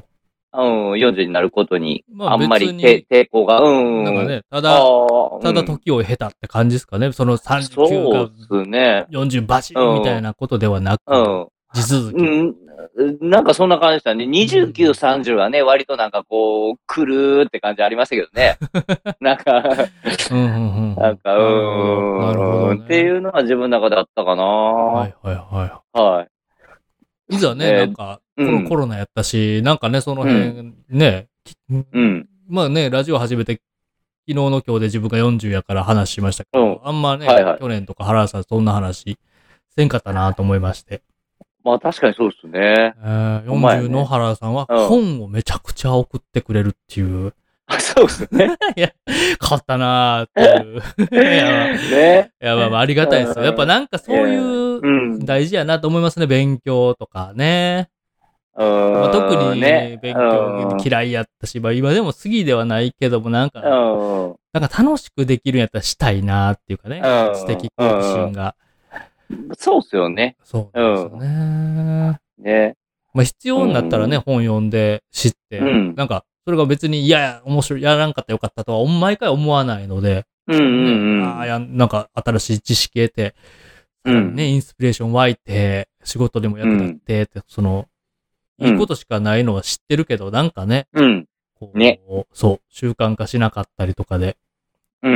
うん、よんじゅうになることに、あんまり抵抗が、うん。 なんかね、ただ、ただ時を経たって感じですかね。そのさんじゅうきゅうがよんじゅうバシッみたいなことではなく、地続き。 うん。なんかそんな感じでしたね。にじゅうきゅう、さんじゅうはね、割となんかこう、来るって感じありましたけどね。なんか、なんか、うーん。っていうのは自分の中であったかな。 はいはいはい。 はい。 いざね、なんか、コロナやったし、なんかね、その辺、ね、 うん。 まあね、ラジオ始めて、昨日の今日で自分がよんじゅうやから話しましたけど、あんまね、去年とか原田さんそんな話せんかったなと思いまして。 まあ確かにそうですね。 よんじゅうの原田さんは本をめちゃくちゃ送ってくれるっていう。 そうですね。 いや、変わったなーっていう。ね。いや、まあまあありがたいですよ。やっぱなんかそういう大事やなと思いますね。勉強とかね。まあ、特に勉強嫌いやったし、まあ今でも好きではないけども、なんか、なんか楽しくできるんやったらしたいなっていうかね。知的好奇心が。 そうっすよね。 そうですよね。 ね。 まあ必要になったらね、本読んで知って、なんか、それが別に、いやいや、面白い、やらんかったらよかったとは、毎回思わないので、 うんうんうん。 ああ、や、なんか新しい知識得て、さらにね、インスピレーション湧いて、仕事でも役立ってって、その、いいことしかないのは知ってるけど、なんかね、 こう、ね。 そう、習慣化しなかったりとかで、 うん。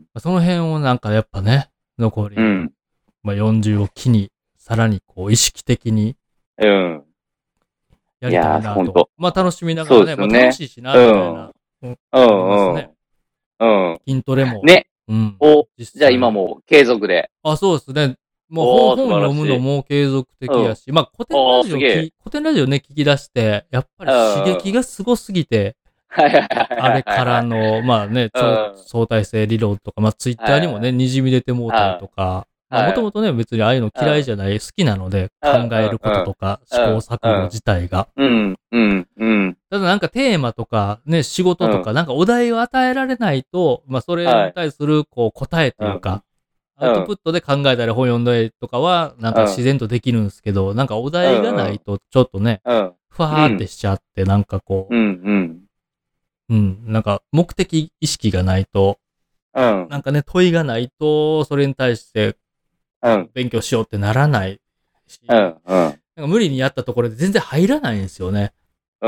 その辺をなんかやっぱね、残り、まあよんじゅうを機に、さらにこう意識的に、 うん。 やりたいなと。まあ楽しみながらね、まあ楽しいしな、みたいな。 うん。うん。うん。 筋トレも。 ね。うん。お、じゃあ今も継続で。 あ、そうですね。もう本読むのも継続的やし、まあ古典ラジオ、古典ラジオね、聞き出して、やっぱり刺激がすごすぎて、あれからの、まあね、相対性理論とか、まあツイッターにもね、滲み出てもうたりとか、もともとね、別にああいうの嫌いじゃない、好きなので、考えることとか、試行錯誤自体が。 うん、うん、うん。 ただなんかテーマとか、ね、仕事とか、なんかお題を与えられないと、まあそれに対する、こう、答えというか、アウトプットで考えたり本読んだりとかは、なんか自然とできるんですけど、なんかお題がないと、ちょっとね、ふわーってしちゃって、なんかこう、 うん、うん。 うん、なんか目的意識がないと、なんかね、問いがないと、それに対して、勉強しようってならないし、 うんうん、なんか無理にやったところで全然入らないんですよね。 うん、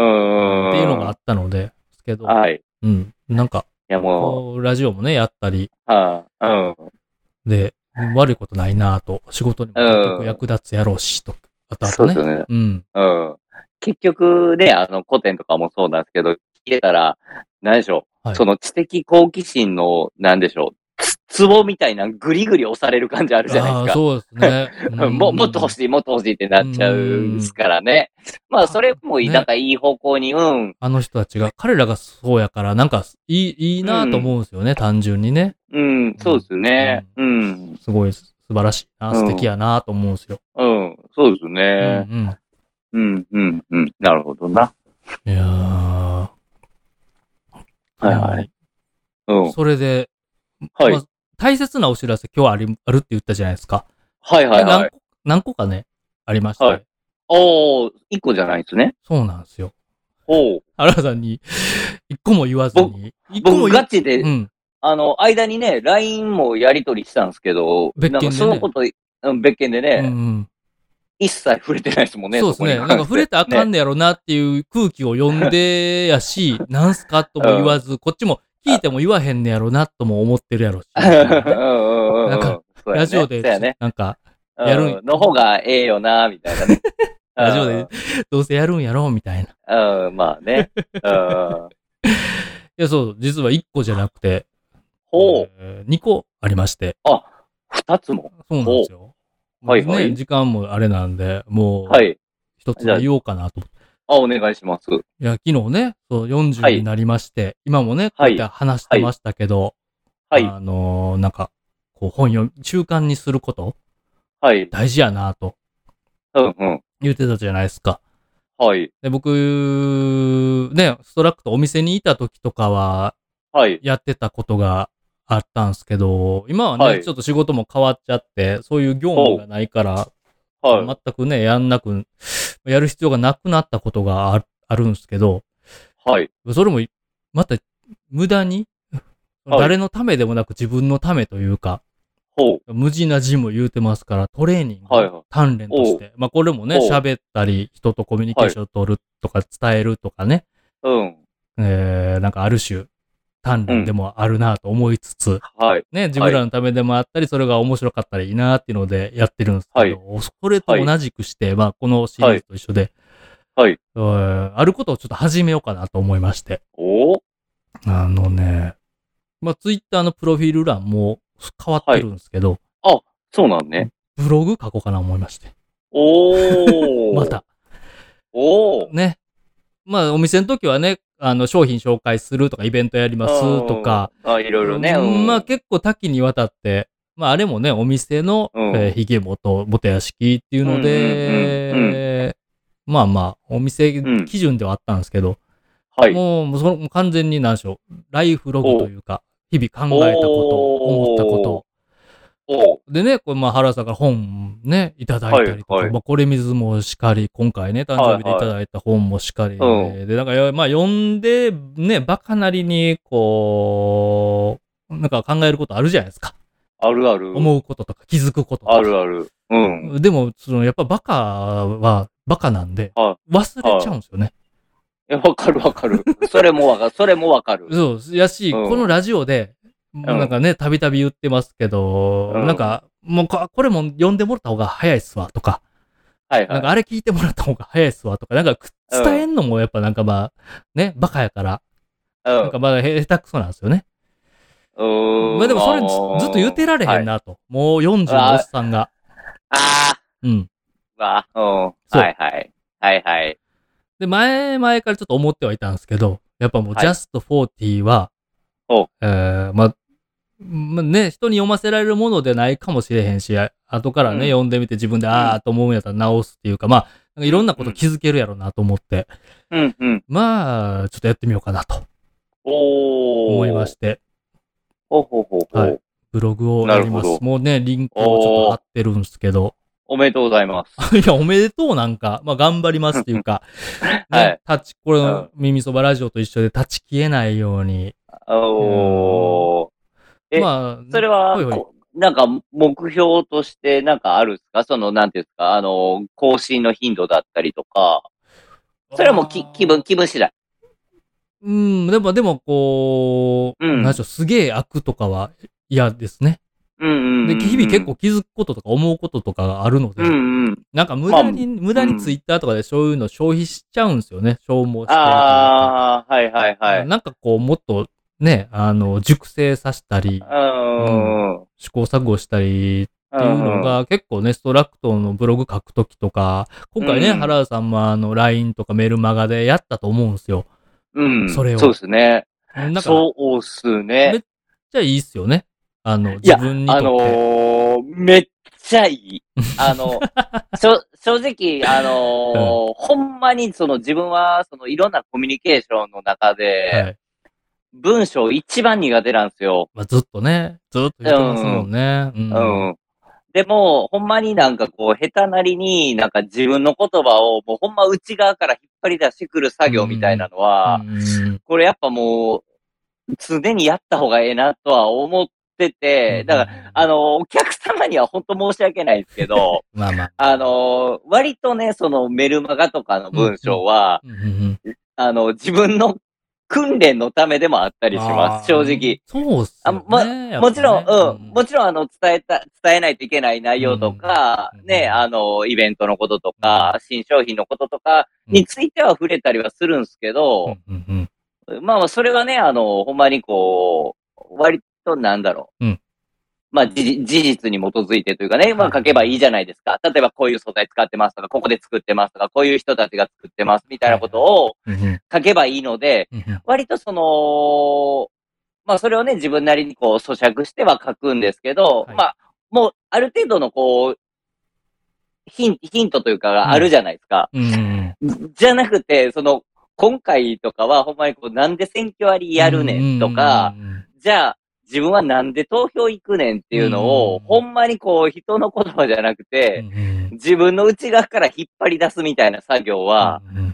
っていうのがあったので、ですけど、 はい、 うん、なんか、 いやもうラジオもね、やったり、 はあうん、 で、悪いことないなぁと、仕事にも結局役立つやろうしと、あとあとね。 そうですね。 うん。 うん。結局ね、あの古典とかもそうなんですけど、聞いてたら、何でしょう、はい、その知的好奇心の、何でしょう、ツボみたいなぐりぐり押される感じあるじゃないですか。 あそうですね。 ももっと欲しい、もっと欲しいってなっちゃうんですからね。まあ、それも、ね、なんかいい方向に、うん。 あの人たちが、彼らがそうやから、なんかいい、いいなと思うんですよね、うん、単純にね。 うん、そうですね。うん。うん、 すごい素晴らしいな、素敵やなと思うんですよ。 うん、うん、そうですね。うん、うん、うん、うん。なるほどな。 いやー。 はいはい。 うん。それで、 はい。まあ大切なお知らせ今日あり、あるって言ったじゃないですか。 はいはいはい。 何個、何個かね、ありまして。はい。 おー、一個じゃないですね。 そうなんですよ。 おー。 原田さんに、一個も言わずに。 僕ガチで、うん、あの、間にね、ライン もやり取りしたんですけど、 別件で、ね、 そのこと、うん、別件でね、 うんうん一切触れてないですもんね。 そうですね。なんか触れたらあかんねやろなっていう空気を読んでやし、なんすかとも言わず、こっちも聞いても言わへんねやろなとも思ってるやろし。なんか、ラジオで、なんか、やるん。の方がええよな、みたいなね。 ラジオで、どうせやるんやろ、みたいな。うん、まあね。 いや、そう、実はいっこじゃなくて、 ほう。にこありまして。 あ、ふたつもそうなんですよ。 はいはい。 ね、時間もあれなんで、もう、 はい。 一つ言おうかなと思って。 あ、お願いします。いや、昨日ね、そう、よんじゅうになりまして、はい、今もね、こうやって話してましたけど、はい。あのー、なんか、こう、本読み、習慣にすること、 はい。 大事やなと。 うんうん。 言ってたじゃないですか。 はい。 で、僕、ね、ストラックとお店にいた時とかは、 はい。 やってたことがあったんですけど、今はね、はい、ちょっと仕事も変わっちゃって、そういう業務がないから、はい、全くね、やんなく、やる必要がなくなったことがあ、あるんですけど、 はい。 それも、また、無駄に、はい、誰のためでもなく自分のためというか、 ほう。 無地な字も言うてますから、トレーニング、はいはい、鍛錬として。まあ、これもね、喋ったり、人とコミュニケーションを取るとか、伝えるとかね。 うん。 えー、なんかある種、鍛錬でもあるなと思いつつ、うん、 はい。 ね、自分らのためでもあったり、それが面白かったらいいなっていうのでやってるんですけど、はい、それと同じくして、はい、まあ、このシリーズと一緒で、 はい。 あることをちょっと始めようかなと思いまして。 おあのね、まあ、ツイッターのプロフィール欄も変わってるんですけど、 はい、あ、そうなんね。 ブログ書こうかな思いまして。 おー。 また。 おー。 ね。まあ、お店の時はね、あの、商品紹介するとか、イベントやりますとか、 あ、いろいろね。 うん、まあ、結構多岐にわたって、まあ、あれもね、お店の、うん、えー、ひげもと、ぼて屋敷っていうので、まあまあ、お店基準ではあったんですけど、うん、はい。もう、もうその完全に何でしょう、ライフログというか、日々考えたこと、思ったこと、でね、これまあ原さんから本ね、いただいたりとか、はいはい、まあこれ水もしかり、今回ね、誕生日でいただいた本もしかり、はいはい、で、なんか、まあ読んで、ね、バカなりに、こう、なんか考えることあるじゃないですか。 あるある。 思うこととか気づくこととか。 あるある。うん。 でも、その、やっぱバカはバカなんで、忘れちゃうんですよね。 え、わかるわかる。それもわかる。それもわかる。 そう、やし、うん、このラジオで、なんかね、たびたび言ってますけど、うん、なんか、もうこれも読んでもらった方が早いっすわ、とか。はいはい。なんかあれ聞いてもらった方が早いっすわ、とか。なんか伝えんのもやっぱなんかまあ、ね、バカやから。うん、なんかまだ下手くそなんですよね。うん。まあでもそれずっと言ってられへんなと。はい、もうよんじゅうのおっさんが。 ああ。 うん。 わあ、うん。はいはい。はいはい。 で、前々からちょっと思ってはいたんですけど、やっぱもう、ジャストフォーティーは、はい、えー、まあ、まあ、ね、人に読ませられるものでないかもしれへんし、後からね、うん、読んでみて自分で、あーと思うんやったら直すっていうか、まあ、なんかいろんなこと気づけるやろうなと思って、 うんうん、 まあ、ちょっとやってみようかなと。 お思いまして。 ほうほうほうほう。 はい。ブログをやります。もうね、リンクをちょっと貼ってるんですけど。 おめでとうございます。 いや、おめでとうなんか、まあ、頑張りますっていうか、ね、はい、立ち、これの耳そばラジオと一緒で立ち消えないように。 おー。え、まあ、それは、ほいほい、なんか目標としてなんかあるんですか？その、なんていうんですか、あの、更新の頻度だったりとか。それはもうき気分、気分次第。 うん、でも、でも、こう、うん、なんでしょう、すげえ悪とかは嫌ですね。 うんうんうんうん、 で、日々結構気づくこととか思うこととかがあるので、うんうん、なんか無駄に、まあ、無駄にツイッターとかでそういうの消費しちゃうんですよね。消耗してるというか。 ああ、はいはいはい。 なんかこう、もっとね、あの、熟成させたり、うん、試行錯誤したりっていうのが結構ね、ストラクトのブログ書くときとか、今回ね、うん、原田さんもあの、ライン とかメルマガでやったと思うんですよ。 うん。 それを。 そうですね。なんかそうっすね。 めっちゃいいっすよね。あの、自分にとって。 あのー、めっちゃいい。あの、しょ正直、あのーうん、ほんまにその自分は、そのいろんなコミュニケーションの中で、はい、文章一番苦手なんですよ。 まあ、ずっとね、ずっと言ってますもんね。うん。うん、 うん、でも、ほんまになんかこう、下手なりになんか自分の言葉をもうほんま内側から引っ張り出してくる作業みたいなのは、うんうん、これやっぱもう、常にやった方がええなとは思ってて、だから、あの、お客様には本当申し訳ないですけど、 まあまあ。 あの、割とね、そのメルマガとかの文章は、あの、自分の訓練のためでもあったりします、正直。 そうっすよね。 あ、ま、もちろん、うん、もちろん、あの、伝えた、伝えないといけない内容とか、ね、あの、イベントのこととか、新商品のこととかについては触れたりはするんですけど、まあ、それはね、あの、ほんまにこう、割となんだろう。うん、まあ、事実に基づいてというかね、まあ、書けばいいじゃないですか。例えば、こういう素材使ってますとか、ここで作ってますとか、こういう人たちが作ってますみたいなことを書けばいいので、割とその、まあ、それをね、自分なりにこう、咀嚼しては書くんですけど、はい、まあ、もう、ある程度のこう、ヒンヒントというかがあるじゃないですか。うんうん、じゃなくて、その、今回とかは、ほんまにこう、なんで選挙割やるねんとか、じゃあ、自分はなんで投票行くねんっていうのを、ほんまにこう、人の言葉じゃなくて、自分の内側から引っ張り出すみたいな作業は、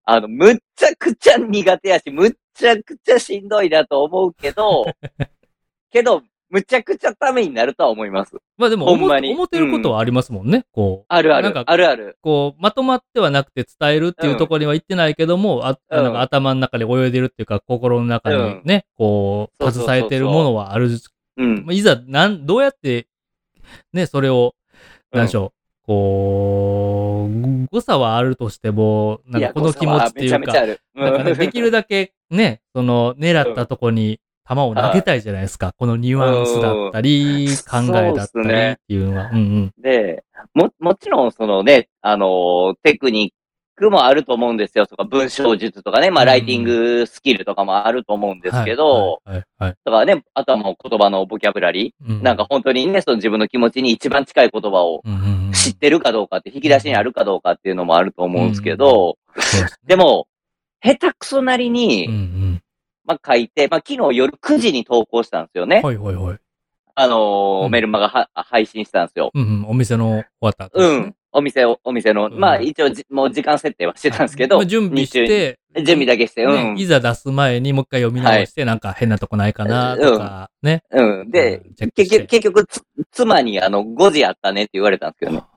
あの、むっちゃくちゃ苦手やし、むっちゃくちゃしんどいなと思うけど、けど、むちゃくちゃためになるとは思います。 まあでも思、思ってることはありますもんね。うん、こう。 あるある。 なんかあるある。 こう、まとまってはなくて伝えるっていうところには行ってないけども、うん、あなんか頭の中で泳いでるっていうか、心の中にね、うん、こう、携えてるものはある。うん、いざ、なん、どうやって、ね、それを、なんでしょう、うん、こう、誤差はあるとしても、なんかこの気持ちっていうか、なんかね、できるだけね、その、狙ったとこに、球を投げたいじゃないですか。このニュアンスだったり、考えだったりっていうのは。うんうん、 で、も、もちろんそのね、あのー、テクニックもあると思うんですよ。とか文章術とかね、まあライティングスキルとかもあると思うんですけど、 はいはいはい、 だからね、あとはもう言葉のボキャブラリー、うん、なんか本当にね、その自分の気持ちに一番近い言葉を知ってるかどうかって、引き出しにあるかどうかっていうのもあると思うんですけど、うんうん、でも、下手くそなりに、うんうんまあ書いて、まあ昨日夜くじに投稿したんですよね。 はいはいはい。 あのーうん、メルマガは配信したんですよ。 うんうん、お店の終わった後ですね。うん。お店を、お店の、うん、まあ一応じ、もう時間設定はしてたんですけど。 はいまあ、準備して、 準備だけして、うん、 ね。いざ出す前にもう一回読み直して、はい、なんか変なとこないかなとか、ね。 うん。うん、で、うん、結局、結局つ、妻にあの、ごじあったねって言われたんですけどね。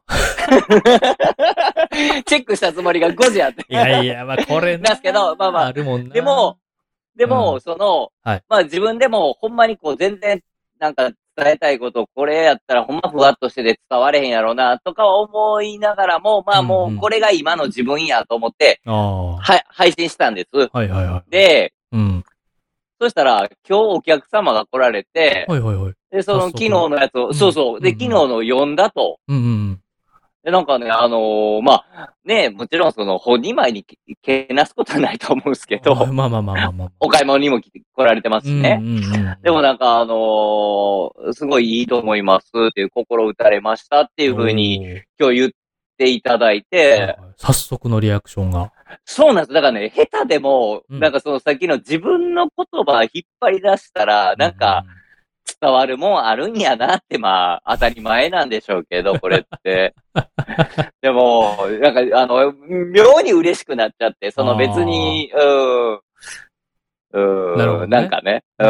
チェックしたつもりがごじあって。 いやいや、まあこれなんですけど、まあまあ。 あるもんな。 でも、でも、うん、その、はい、まあ自分でもほんまにこう全然、なんか伝えたいことこれやったらほんまふわっとしてて伝われへんやろうなとか思いながらも、まあもうこれが今の自分やと思って、うんうん、は配信したんです。 はいはいはい。 で、うん、そしたら今日お客様が来られて、はいはいはい、で、その昨日のやつを、そうそう、で、うんうん、昨日の読んだと。うんうんで、なんかね、あのー、まあ、ね、もちろんその本にまいにけなすことはないと思うんですけど、 まあまあまあまあまあ。 お買い物にも来て来られてますしね。うんうんうん、でもなんかあのー、すごいいいと思いますっていう心打たれましたっていう風に今日言っていただいて、はいはい、 早速のリアクションが。 そうなんです。だからね、下手でも、うん、なんかそのさっきの自分の言葉引っ張り出したら、なんか、うん伝わるもんあるんやなって、まあ、当たり前なんでしょうけど、これって。でも、なんか、あの、妙に嬉しくなっちゃって、その別に、うん、うん、なるほどね、なんかね、うん、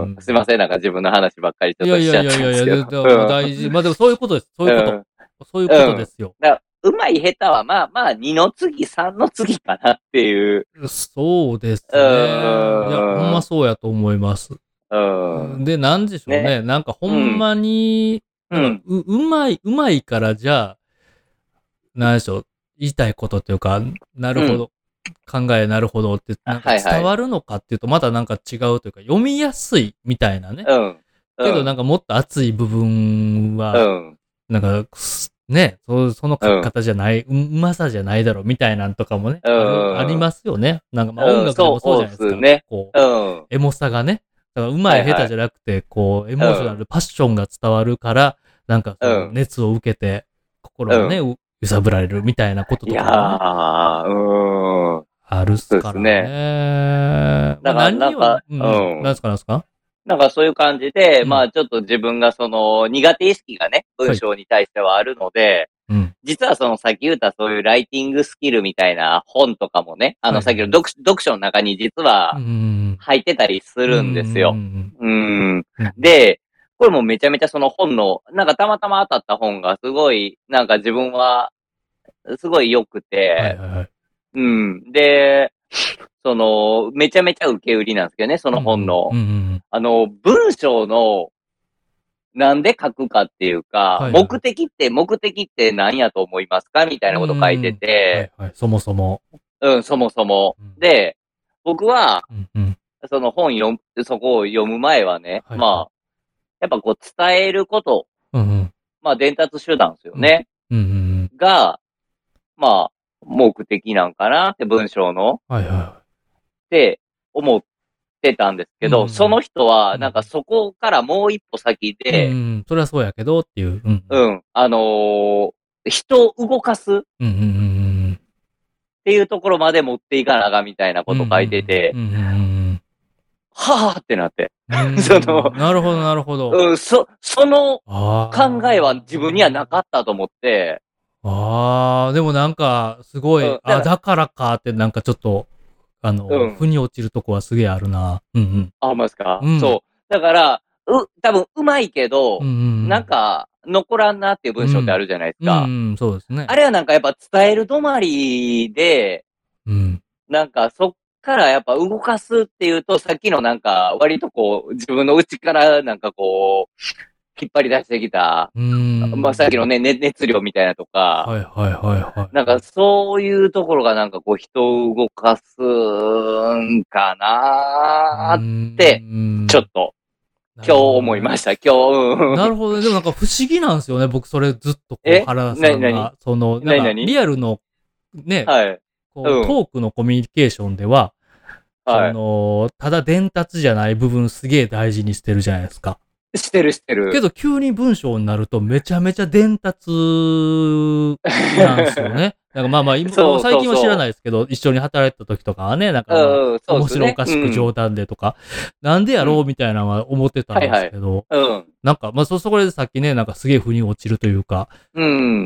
うんすいません、なんか自分の話ばっかりちょっとしちゃったんですけど。いやいやいやいや、でも大事。まあでもそういうことです。そういうこと。うん、そういうことですよ。 うん、だうまい下手は、まあまあ、にの次、さんの次かなっていう。 そうですね。いや、ほんまそうやと思います。 うん、 で、なんでしょうね。ねなんかほんまに、うん、なんかう、うまい、うまいからじゃあ、なんでしょう、言いたいことというか、なるほど、うん、考えなるほどって、なんか伝わるのかっていうと、またなんか違うというか、読みやすいみたいなね。 うん。 けどなんかもっと熱い部分は、うん、なんか、ね、そその書き方じゃない、うん、うまさじゃないだろうみたいなんとかもね、うん、あるありますよね。なんかまあ音楽でもそうじゃないですか。うん、そうですね。こう、うん、エモさがね。だからうまい下手じゃなくて、こう、エモーショナル、パッションが伝わるから、なんかその熱を受けて、心がね、揺さぶられるみたいなこととか、ね。いやー、うん。 あるっすからね。ねだから、なんか、 うん。なんすかなんすかなんかそういう感じで、うん、まあちょっと自分がその苦手意識がね、文章に対してはあるので、はいうん、実はそのさっき言ったそういうライティングスキルみたいな本とかもね、あのさっきの読、はい、読書の中に実は入ってたりするんですよ。うん。うんで、これもめちゃめちゃその本の、なんかたまたま当たった本がすごい、なんか自分はすごい良くて、はいはいはい、うん。で、その、めちゃめちゃ受け売りなんですけどね、その本の。うんうんうん、あの、文章の、なんで書くかっていうか、はいはい、目的って、目的って何やと思いますかみたいなこと書いてて、 はいはい、そもそも。 うん、そもそも。うん、で、僕は、うんうん、その本読む、そこを読む前はね、はいはい、まあ、やっぱこう伝えること、うんうん、まあ伝達手段ですよね。うんうんうん、が、まあ、目的なんかなって文章の。はいはい。って思ってたんですけど、うん、その人は、なんかそこからもう一歩先で、 うん、それはそうやけどっていう。 うん。うん、あのー、人を動かす。うんうんうんうん。っていうところまで持っていかなあかんみたいなこと書いてて、うんうんうん、はぁってなって。その、 なるほどなるほど。 うん、そ、その考えは自分にはなかったと思って、 ああ、でもなんか、すごい、 うん、 あ、 だだからかってなんかちょっと、あの、 うん。 腑に落ちるとこはすげえあるな。うんうん。 あ、ほんまですか？ うん。 そう。だから、う多分上手いけど、 うんうんうん。 なんか残らんなっていう文章ってあうん。 るじゃないですうんか。 うん、そうですね。 あれはなんかやっぱ伝える止まりで、 うん。 なんかそっからやっぱ動かすっていうと、さっきのなんか割とこう、自分の内からなんかこう、引っ張り出してきた、 うーまあ、さっきのん。 ね、ね熱量みたいなとか、 はいはいはいはいなんかはい。 そういうところがなんかこう人を動かすんかうーなーって、ちょっん。 となる今日ほどね。 思いました。今日、うん。 なるほどね。でもなんか不思議なんですよね。僕それずっとこう、 え原田なになにさんが、その、なんかなになにリアルの、ね、 はい。 こう、 うん。 トークのコミュニケーションでは、そはの、ただ伝達じゃない部分すげえ大事にしてるじゃないですか。 い。してるしてる。 けど急に文章になるとめちゃめちゃ伝達なんすよね。なんかまあまあ、今そう最近は知らそうそないですけど、一緒に働いた時とかはね、なんう。 かまあ、 うん、そう面ですね。 白おかしくうん。 冗談でとか、なんでやうん。 ろうみたいなのは思ってたんではいはい。 すけど、 うん。 なんかまあそ、そこでさっきね、なんかすげえ腑に落ちるというか、 うん。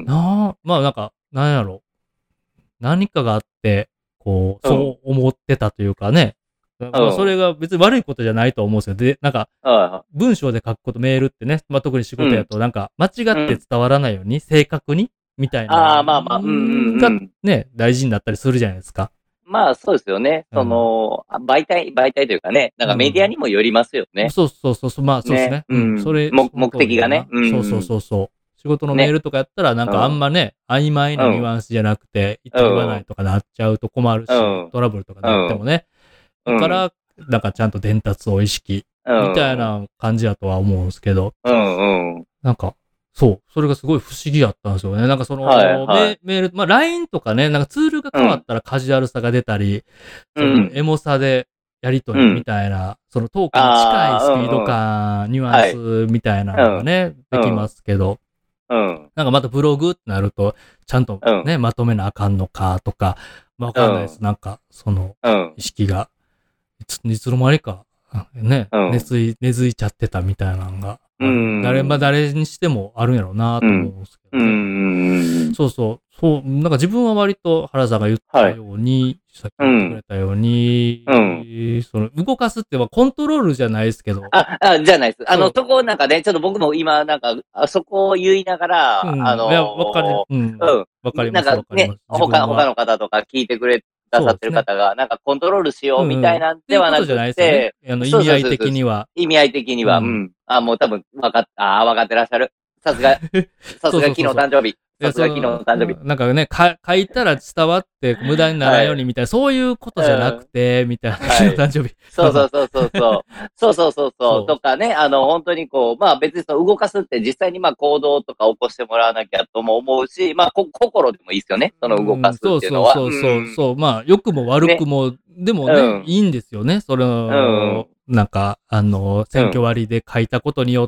なあ、まあなんか、なんやろ。何かがあって、こう、 うん。 そう思ってたというかね。まあそうん。 れが別に悪いことじゃないと思うんですよ。で、なんか、 は文章で書くこと、メールってね、まあ、特に仕いはい。うん。 事やと、なんか、間違うん。 って伝わらないように、正確に、みたいなああ、まあまあ、うんうんんが、 うん。 ね、大事になったりするじゃないですか。 まあ、そうですよね。そうん。 の、あ媒体媒体というかね、なんかメディアうん。 にもよりますよね。 そうそうそうそう、まあそうですね。 ね。うん。そうん。 れ、 も目その通り的がね。 やな。 うそうそうん。 そうそう。仕事のメーね。 ルとかやったら、なんかあんうん。 まね、曖昧なニュうん。 アンスじゃなくて、言っうた言わないん。 とかなっちゃうと困るし、 うん。 トラブルとかなってうん。 もね。 うん。 だから、なんかちゃんと伝達を意識、 うみたいん。 な感じだとは思うんですけど、 うん。うん。 なんか、そう、それがすごい不思議やったんですよね。なんかその、 はいはい。 メメール、まあ ライン とかね、なんかツールがうん。 変わったらカジュアルさが出たり、そのうん。 エモさでやりとりみうん。 たいな、そのトークに近いああ、うスピードんうん。 感、ニュアンはい。 スみたいなうん。 のがね、できまうん。 すけど、 うん。 なんかまたブログってなると、ちゃんとうん。 ね、まとめなあかんのかとか、まあわうん。 かんないです。なんか、その、 うん。 意識が、いつ、いつの間にか、ね、 うん。 根付い、根付いちゃってたみたいなのがうある。誰、まあん。 誰にしてもあるんやろうなうん。 と思うんですけうどね。 ん。 そうそう。そう、なんか自分は割と原さんが言ったはい。 ように、さっき言ってくれうん。 たよううん。 に、その動かすってはコントロールじゃないですけど、 あ、あ、じゃないです。あの、 そそこをなんかね、ちょっと僕も今なんか、あそこを言いながう、うら、あん、いや、わかる、 の、 うん、 うん。 わかります、 なんかね、 わかります。自他分は、 他の方とか聞いてくれださってそうですね。 る方が、なんかコントロールしようみうんうん。ったいなんていうことじゃではなくっないですよね。 て、 あの、意そう味合いそうそうそう、 的には。 意味合い的には、ううん。 ん。あ、もう多分分かっああ、分かってらっしゃる。さすが、さすが昨日そうそうそうそう。 誕生日。 いや、 さすが昨日その、 誕生日。 なんかね、か、書いたら伝わって無駄にならんようはい。 にみたいな、そういうことじゃなくうん。 て、みたいな、昨日はい。 誕生日。まあまあ。 そうそうそうそうそう。そうそうそうそう。 そう。 とかね、あの、本当にこう、まあ別にその動かすって実際にまあ行動とか起こしてもらわなきゃとも思うし、まあこ心でもいいですよね。その動うん、 かすそうそうっていうのは。 そうそう、 うん。 そう、まあ、良くも悪くね。 も、でもね、 うん。 いいんですよね。そうん。 の、なんか、あの、選挙うん。 割で書いたことによって、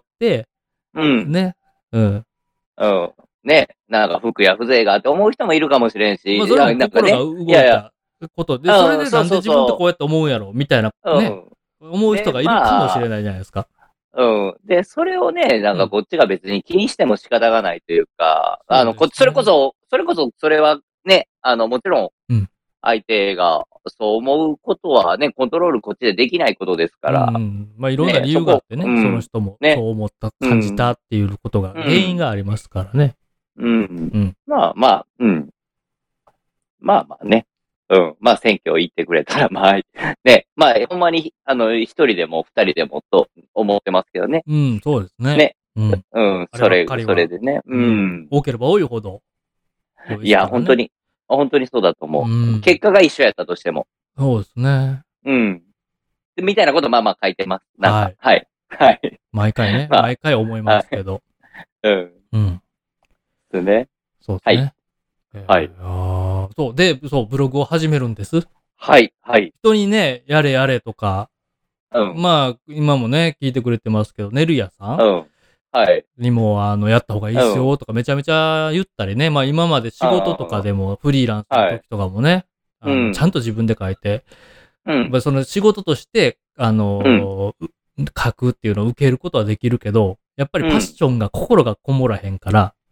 うん。 ね、うん。 うん。ね。なんか服や風情があって思う人もいるかもしれんし、 まあ、 いや、 それもなんかね、 心がいやいや、 動いたことで、それうん、 でなんでそうそうそ自分ってこうやって思うんやろみたいな、 う。うね、 ん。 思う人で、 がいるかもしまあ、 れないじゃないですか。 うん。で、それをね、なんうん。 かこっちが別に気にしても仕方がないというか、あそうの、こそれこですね。 そ、それこそ、それはね、あの、もちろん、 うん。 相手がそう思うことはね、コントロールこっちでできないことですかうんうら、 ん。まあ、いろんなね、 理そこ、 由があってね、そのうん、 人もそね、 う思った、 う感じたん、 っていうことが、 う原因がん、 ありますからね。 うん。 うん。 まあまあ、うん。まあまあね。うん。まあ選挙行ってくれたら、まあ、ね、まあ、ほんまに、あの、一人でも二人でもと思ってますけどね。 うん、そうですね。 ね。 うん。 うん、 あればっそれ、 かりは、 それでね。ううん。 ん。 多ければ多いほど良いいや、 ですからね。 本当に、本当にそうだとう思う。 ん。 結果が一緒やったとしても。 そうですね。 うん。みたいなことまあまあ書いてます。なんか、 はい。 はい。はい。 毎回ね、 ま毎回思いあ、はい。 ますけど。 うん。 うん。 ですね。はい。 そうですね。えはい。 ー、あーそう。で、そう、ブログを始めるんです。 はい。はい。 人にね、やれやれとか、 うん。 まあ、今もね、聞いてくれてますけど、ネルヤさんうん。はい。 にも、あの、やった方がいいっすうん。 よとかめちゃめちゃ言ったりね、まあ今まで仕事とかあでもフリーランスあ、はい。 の時とかもね、あの、ちゃうん。 んと自分で書いて、 うん。 まあその仕事として、あうん。 のー書くっていうのを受けることはできるけど、やっぱりパッうん。 ションが心がこもらへんから、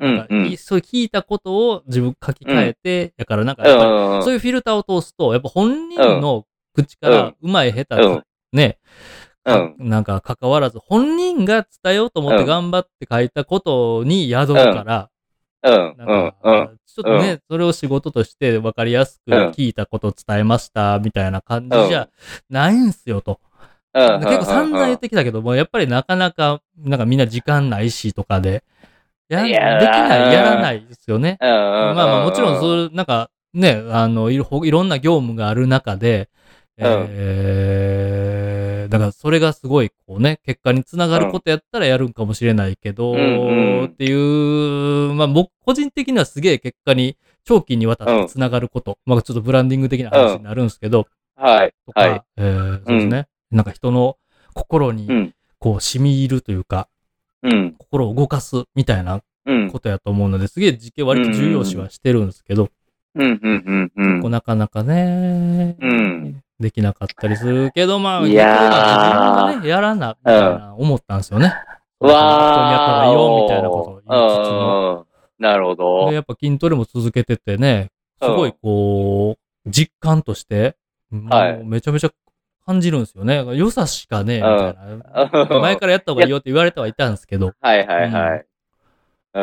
なんか、うんうん、そう聞いたことを自分書き換えて、うん、だからなんかやっぱり、そういうフィルターを通すと、やっぱ本人の口からうまい下手、うん、ね、うん、なんか関わらず、本人が伝えようと思って頑張って書いたことに宿るから、うん、なんか、ちょっとね、それを仕事として分かりやすく聞いたことを伝えました、みたいな感じじゃないんすよと。結構散々言ってきたけども、やっぱりなかなか、なんかみんな時間ないしとかで、や、できない、やらないですよね。まあまあもちろん、そう、なんかね、あのいろ、いろんな業務がある中で、えー、だからそれがすごいこうね、結果につながることやったらやるんかもしれないけど、うん、っていう、まあ僕個人的にはすげえ結果に長期にわたってつながること、うん、まあちょっとブランディング的な話になるんですけど、 うん、はい。 とか、はい、えー、そうですね、うん。なんか人の心にこう染み入るというか、うん、心を動かすみたいなことやと思うので、すげえ実験割と重要視はしてるんですけど、 うんうんうんうん、 結構なかなかね、うん、できなかったりするけど、まあ、 いや逆に自分がね、やらな、みたいな思ったんですよね。 うわ人にやった方がいいよ、みたいなことを言いつつも。 なるほど。 で、やっぱ筋トレも続けててね、すごいこう、実感として、もうめちゃめちゃ感じるんですよね。良さしかねえ、みたいな。前からやった方がいいよって言われてはいたんですけど。 はいはいはい。うん。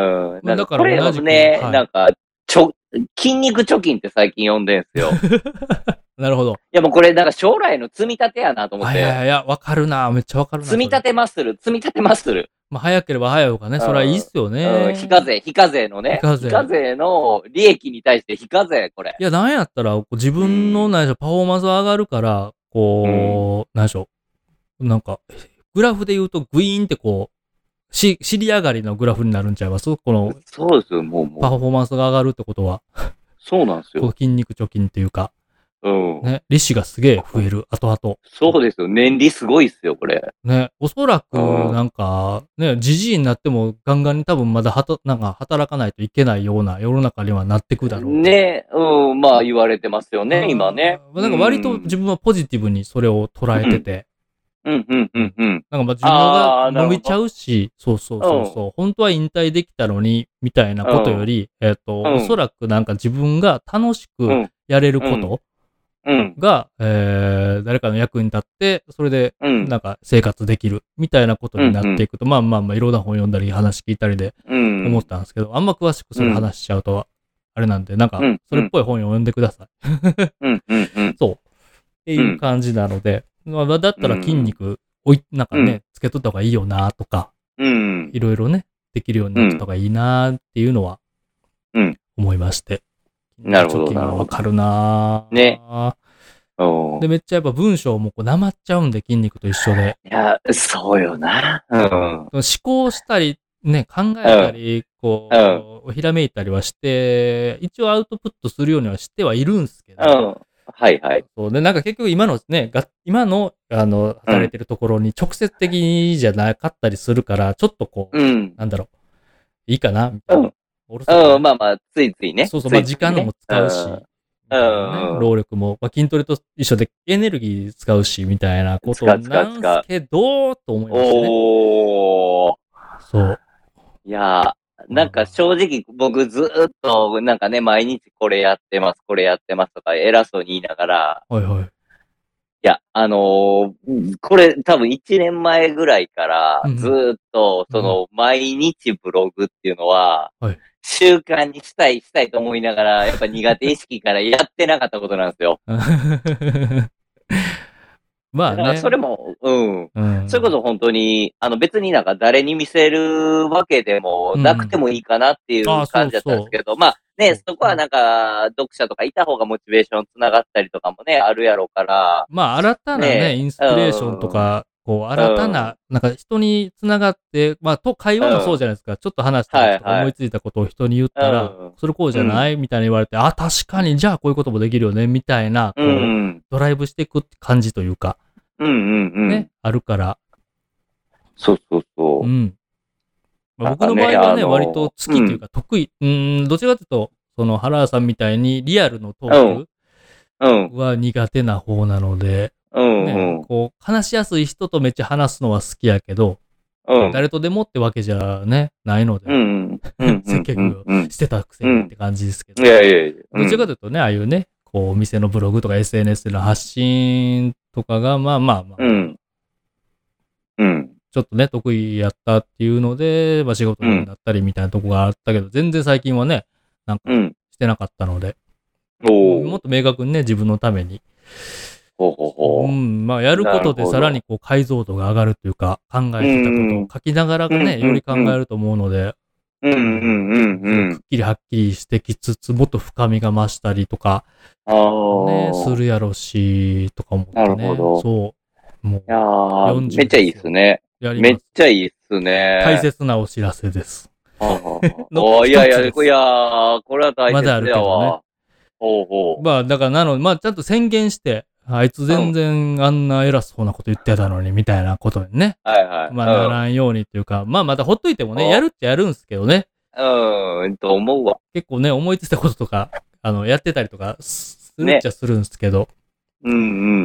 だから同じく、 ね、なんか、ちょ、筋肉貯金って最近呼んでんすよ。 なるほど。 いやもうこれ、なんか将来の積み立てやなと思って。 いやいや、わかるな。めっちゃわかるな。 積み立てマッスル、積み立てマッスル。 まあ、早ければ早い方がね、それはいいっすよね。 うん、非課税、非課税のね。非課税。非課税の利益に対して非課税、これ。 いや、なんやったら、自分の、なんでしょう、パフォーマンス上がるから、こう、なんでしょう。なんか、グラフで言うと、グイーンってこう、し、尻上がりのグラフになるんちゃいますこの、 そうですよ、もう、もう。 パフォーマンスが上がるってことは。 そうなんですよ。 こう筋肉貯金っていうか。 うん。 ね、利子がすげえ増える、後々。 そうですよ。年利すごいっすよ、これ。 ね、おそらく、なんか、ね、じじいになってもガンガンに多分まだはた、なんか働かないといけないような世の中にはなってくだろう。 ね、うん、まあ言われてますよね、今ね。 なんか割と自分はポジティブにそれを捉えてて。 うん、うん、うん、うん。 なんかまあ寿命が伸びちゃうし、そうそうそうそう、本当は引退できたのに、みたいなことより、えっと、おそらくなんか自分が楽しくやれること、が、えー、誰かの役に立って、それで、なんか生活できる、みたいなことになっていくと、うんうん、まあまあまあ、いろんな本読んだり、話聞いたりで、思ったんですけど、あんま詳しくそれ話しちゃうと、あれなんで、なんか、それっぽい本を読んでください。そう。っていう感じなので、まあ、だったら筋肉、おい、なんかね、つけとった方がいいよな、とか、いろいろね、できるようになった方がいいな、っていうのは、思いまして。 なるほど。 わかるなぁ。ね。 で、めっちゃやっぱ文章もこう、なまっちゃうんで、筋肉と一緒で。 いや、そうよな。うん。 思考したり、ね、考えたり、こう、ひらめいたりはして、一応アウトプットするようにはしてはいるんすけど。 うん。はいはい。 そうで、なんか結局今のね、が今の、あの、働いてるところに直接的じゃなかったりするから、ちょっとこう、なんだろう、いいかなみたいな。 うん、まあまあ、ついついね。 そうそう、まあ時間も使うし、労力も、まあ筋トレと一緒でエネルギー使うし、みたいなことなんですけど、と思いましたね。 おー。 そう。 いやー、なんか正直僕ずっと、なんかね、毎日これやってます、これやってますとか偉そうに言いながら、 はいはい。 いや、あのー、これ多分いちねんまえぐらいからずっと、その、毎日ブログっていうのは、習慣にしたい、したいと思いながら、やっぱ苦手意識からやってなかったことなんですよ。まあね。だからそれも、うん。うん、それこそ本当に、あの別になんか誰に見せるわけでもなくてもいいかなっていう感じだったんですけど、うん、まあね、そこはなんか読者とかいた方がモチベーションつながったりとかもね、あるやろうから。 まあ新たなね、ねインスピレーションとか、うん、こう新たな、うん、なんか人につながって、まあと会話もそうじゃないですか。うん、ちょっと話したりとか思いついたことを人に言ったら、はいはい、それこうじゃない、うん、みたいに言われて、あ、確かにじゃあこういうこともできるよね、みたいな、こう、うん、ドライブしていく感じというか。 うんうんうん。 ね、あるから。 そうそうそう。 うん。まあ、僕の場合はね、割と好きというか得意。うん、どちらかというと、その原田さんみたいにリアルのトークは苦手な方なので、 うんうん、 こう、話しやすい人とめっちゃ話すのは好きやけど、 うん。 誰とでもってわけじゃね、ないので、 うんうん。 接客をしてたくせにって感じですけど。 いやいやいや。 どちらかというとね、ああいうね、こう、お店のブログとか エスエヌエス での発信とかが、まあまあまあ、 うん。うん。 ちょっとね、得意やったっていうので、まあ仕事になったりみたいなとこがあったけど、全然最近はね、なんかしてなかったので、もっと明確にね、自分のために。 ほうほうほう。 うん、まあやることでさらにこう解像度が上がるというか、考えてたことを書きながらね、より考えると思うので、 うんうんうんうん。 くっきりはっきりしてきつつ、もっと深みが増したりとか、ね、するやろし、とか思ってね。 なるほど。 そう。もう、 いやー、めっちゃいいっすね。めっちゃいいっすね。 大切なお知らせです。 おいやいや、いやー、これは大切だわ。 まだあるけどね。 ほうほう。 まあ、だからなので、まあ、ちゃんと宣言して、あいつ全然あんな偉そうなこと言ってたのに、みたいなことにね。 はいはい。 まあ、ならんようにっていうか、まあ、またほっといてもね、やるっちゃやるんすけどね。 うん、と思うわ。 結構ね、思いついたこととか、あの、やってたりとか、するっちゃするんですけど。 うんうん。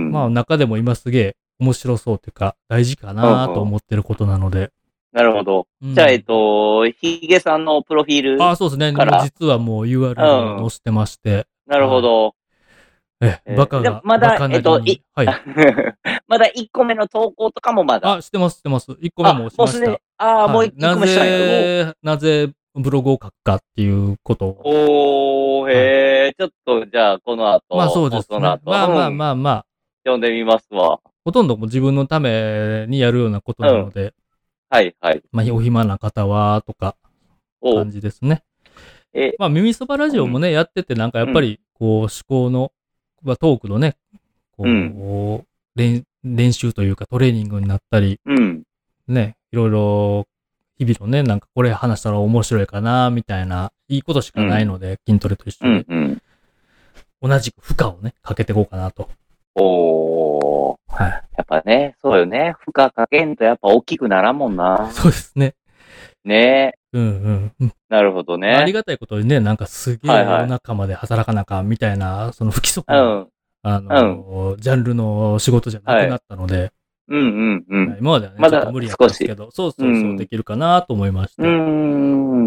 まあ、中でも今すげえ面白そうというか、大事かなと思ってることなので。 なるほど。じゃあ、えっと、ヒゲさんのプロフィールああ、そうですね。実はもう ユーアールエル を載せてまして。 なるほど。 え、バカが、 まだ、えっと、い、 はい。 まだいっこめの投稿とかもまだ。 あ、してます、してます。いっこめもしました。 ああ、もういっこめしたんや。 なぜ、なぜブログを書くかっていうことを。 おー、へえ、ちょっと、じゃあ、この後。 まあそうですね。まあまあまあまあ。 読んでみますわ。 ほとんども自分のためにやるようなことなので。 はいはい。 まあ、お暇な方は、とか、感じですね。 え、 まあ、耳そばラジオもね、やってて、なんかやっぱり、こう、思考の、まあ、トークのね、こう、練、練習というかトレーニングになったり、ね、いろいろ、日々のね、なんかこれ話したら面白いかな、みたいな、いいことしかないので、筋トレと一緒に。同じく負荷をね、かけていこうかなと。 おー。はい。やっぱね、そうよね。負荷かけんとやっぱ大きくならんもんな。 そうですね。 ねえ。 うんうん。 なるほどね。 ありがたいことにね、なんかすげえ夜中まで働かなかみたいな、その不規則な、あの、ジャンルの仕事じゃなくなったので。 うんうんうん。 今まではね、ちょっと無理やったんですけど、そうそうそうできるかなと思いまして。 うん。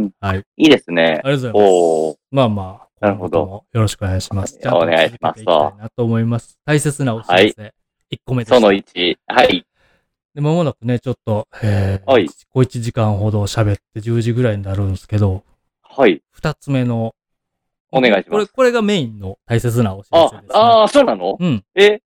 はい。 いいですね。 ありがとうございます。まあまあ、 なるほど。 もよろしくお願いします。 お願いします。 いきたいなと思います。大切なお知らせ。いっこめです。 そのいち。はい。 で、まもなくね、ちょっと、えー、小いちじかんほど喋ってじゅうじぐらいになるんですけど、 はい。 二つ目の、 お願いします。 これ、これがメインの大切なお知らせです、ね。 ああ、そうなの？ うん。 え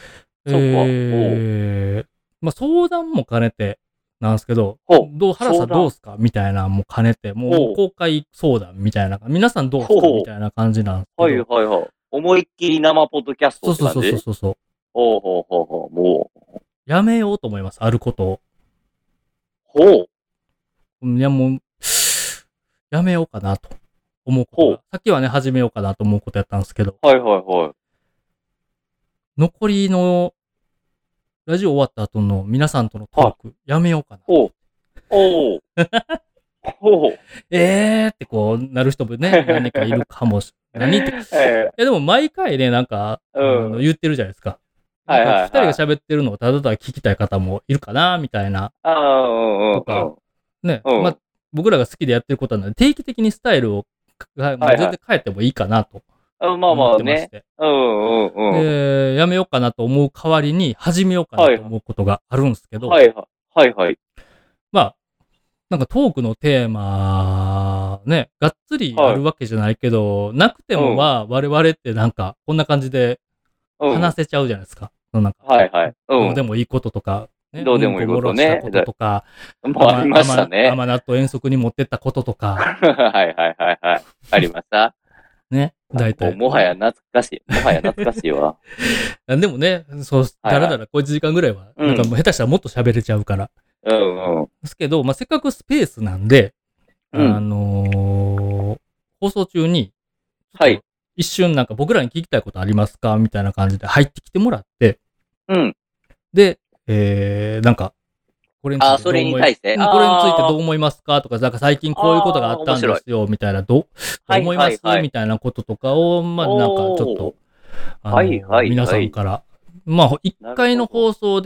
えー、まあ相談も兼ねてなんですけど、どう、原さんどうすかみたいなも兼ねて、もう公開相談みたいな、皆さんどうすかみたいな感じなんですけど。 はいはいはい。思いっきり生ポッドキャストって感じ？ そうそうそうそう。 ほうほうほうほう。もう。 やめようと思います、あることを。 ほう。いやもう、やめようかなと思うことが。さっきはね、始めようかなと思うことやったんですけど。 はいはいはい。 残りの、ラジオ終わった後の皆さんとのトーク、やめようかな。 おう。おう。ほう。 えーってこうなる人もね、何かいるかもしれない。何って。えー、でも毎回ね、なんか、うん、あの言ってるじゃないですか。はいはいはい、二人が喋ってるのをただただ聞きたい方もいるかな、みたいな。 ああ、うんうん。 とか、ね、うん、まあ、僕らが好きでやってることなので、定期的にスタイルを、全然変えてもいいかなと。 まあまあね。うんうんうん。 で、やめようかなと思う代わりに、始めようかなと思うことがあるんですけど。 はいはい。はいはい。 まあ、なんかトークのテーマ、ね、がっつりあるわけじゃないけど、はい、なくてもまあ、我々ってなんか、こんな感じで話せちゃうじゃないですか。うん、なんかはいはい。 うん、どうでもいいこととか、 ね、どうでもいいことね。 こととか、 まあ、ありましたね。 甘納豆遠足に持ってったこととか。 はいはいはいはい。ありました。 ね、大体。 もはや懐かしい。もはや懐かしいわ。 でもね、そう、だらだらこういちじかんぐらいは、なんかもう下手したらもっと喋れちゃうから。 うんうん。 ですけど、まあ、せっかくスペースなんで、うん、あのー、放送中に、 はい。 一瞬なんか僕らに聞きたいことありますかみたいな感じで入ってきてもらって、 うん。 で、えー、なんか、これについてどう思い、これについてどう思いますかとか、なんか最近こういうことがあったんですよ、みたいな、どう思います、みたいなこととかを、まあ、なんかちょっと、あの、はいはいはい、皆さんから、まあ、いっかいの放送で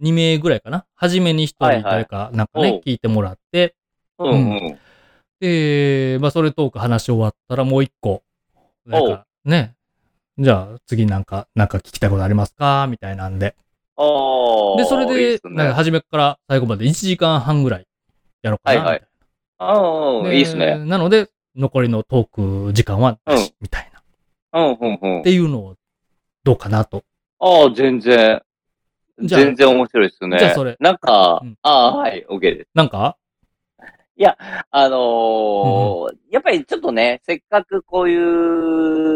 にめいぐらいかな。初めにひとり誰か、なんかね、聞いてもらって、 うんうん。 で、まあ、それトーク話し終わったらもう一個、なんかね、じゃあ次なんか、なんか聞きたいことありますかみたいなんで。 ああ。 で、それで、 いいっすね、 なんか初めから最後までいちじかんはんぐらいやろうかな、みたいな。 ああ、いいっすね。 なので、残りのトーク時間はなし、みたいな。うん、うん、うん。 っていうのを、どうかなと。 ああ、全然。全然面白いっすね。 じゃあそれ。 なんか、うん、ああ、はい、OK です。 なんかいや、あのーうん、やっぱりちょっとね、せっかくこういう、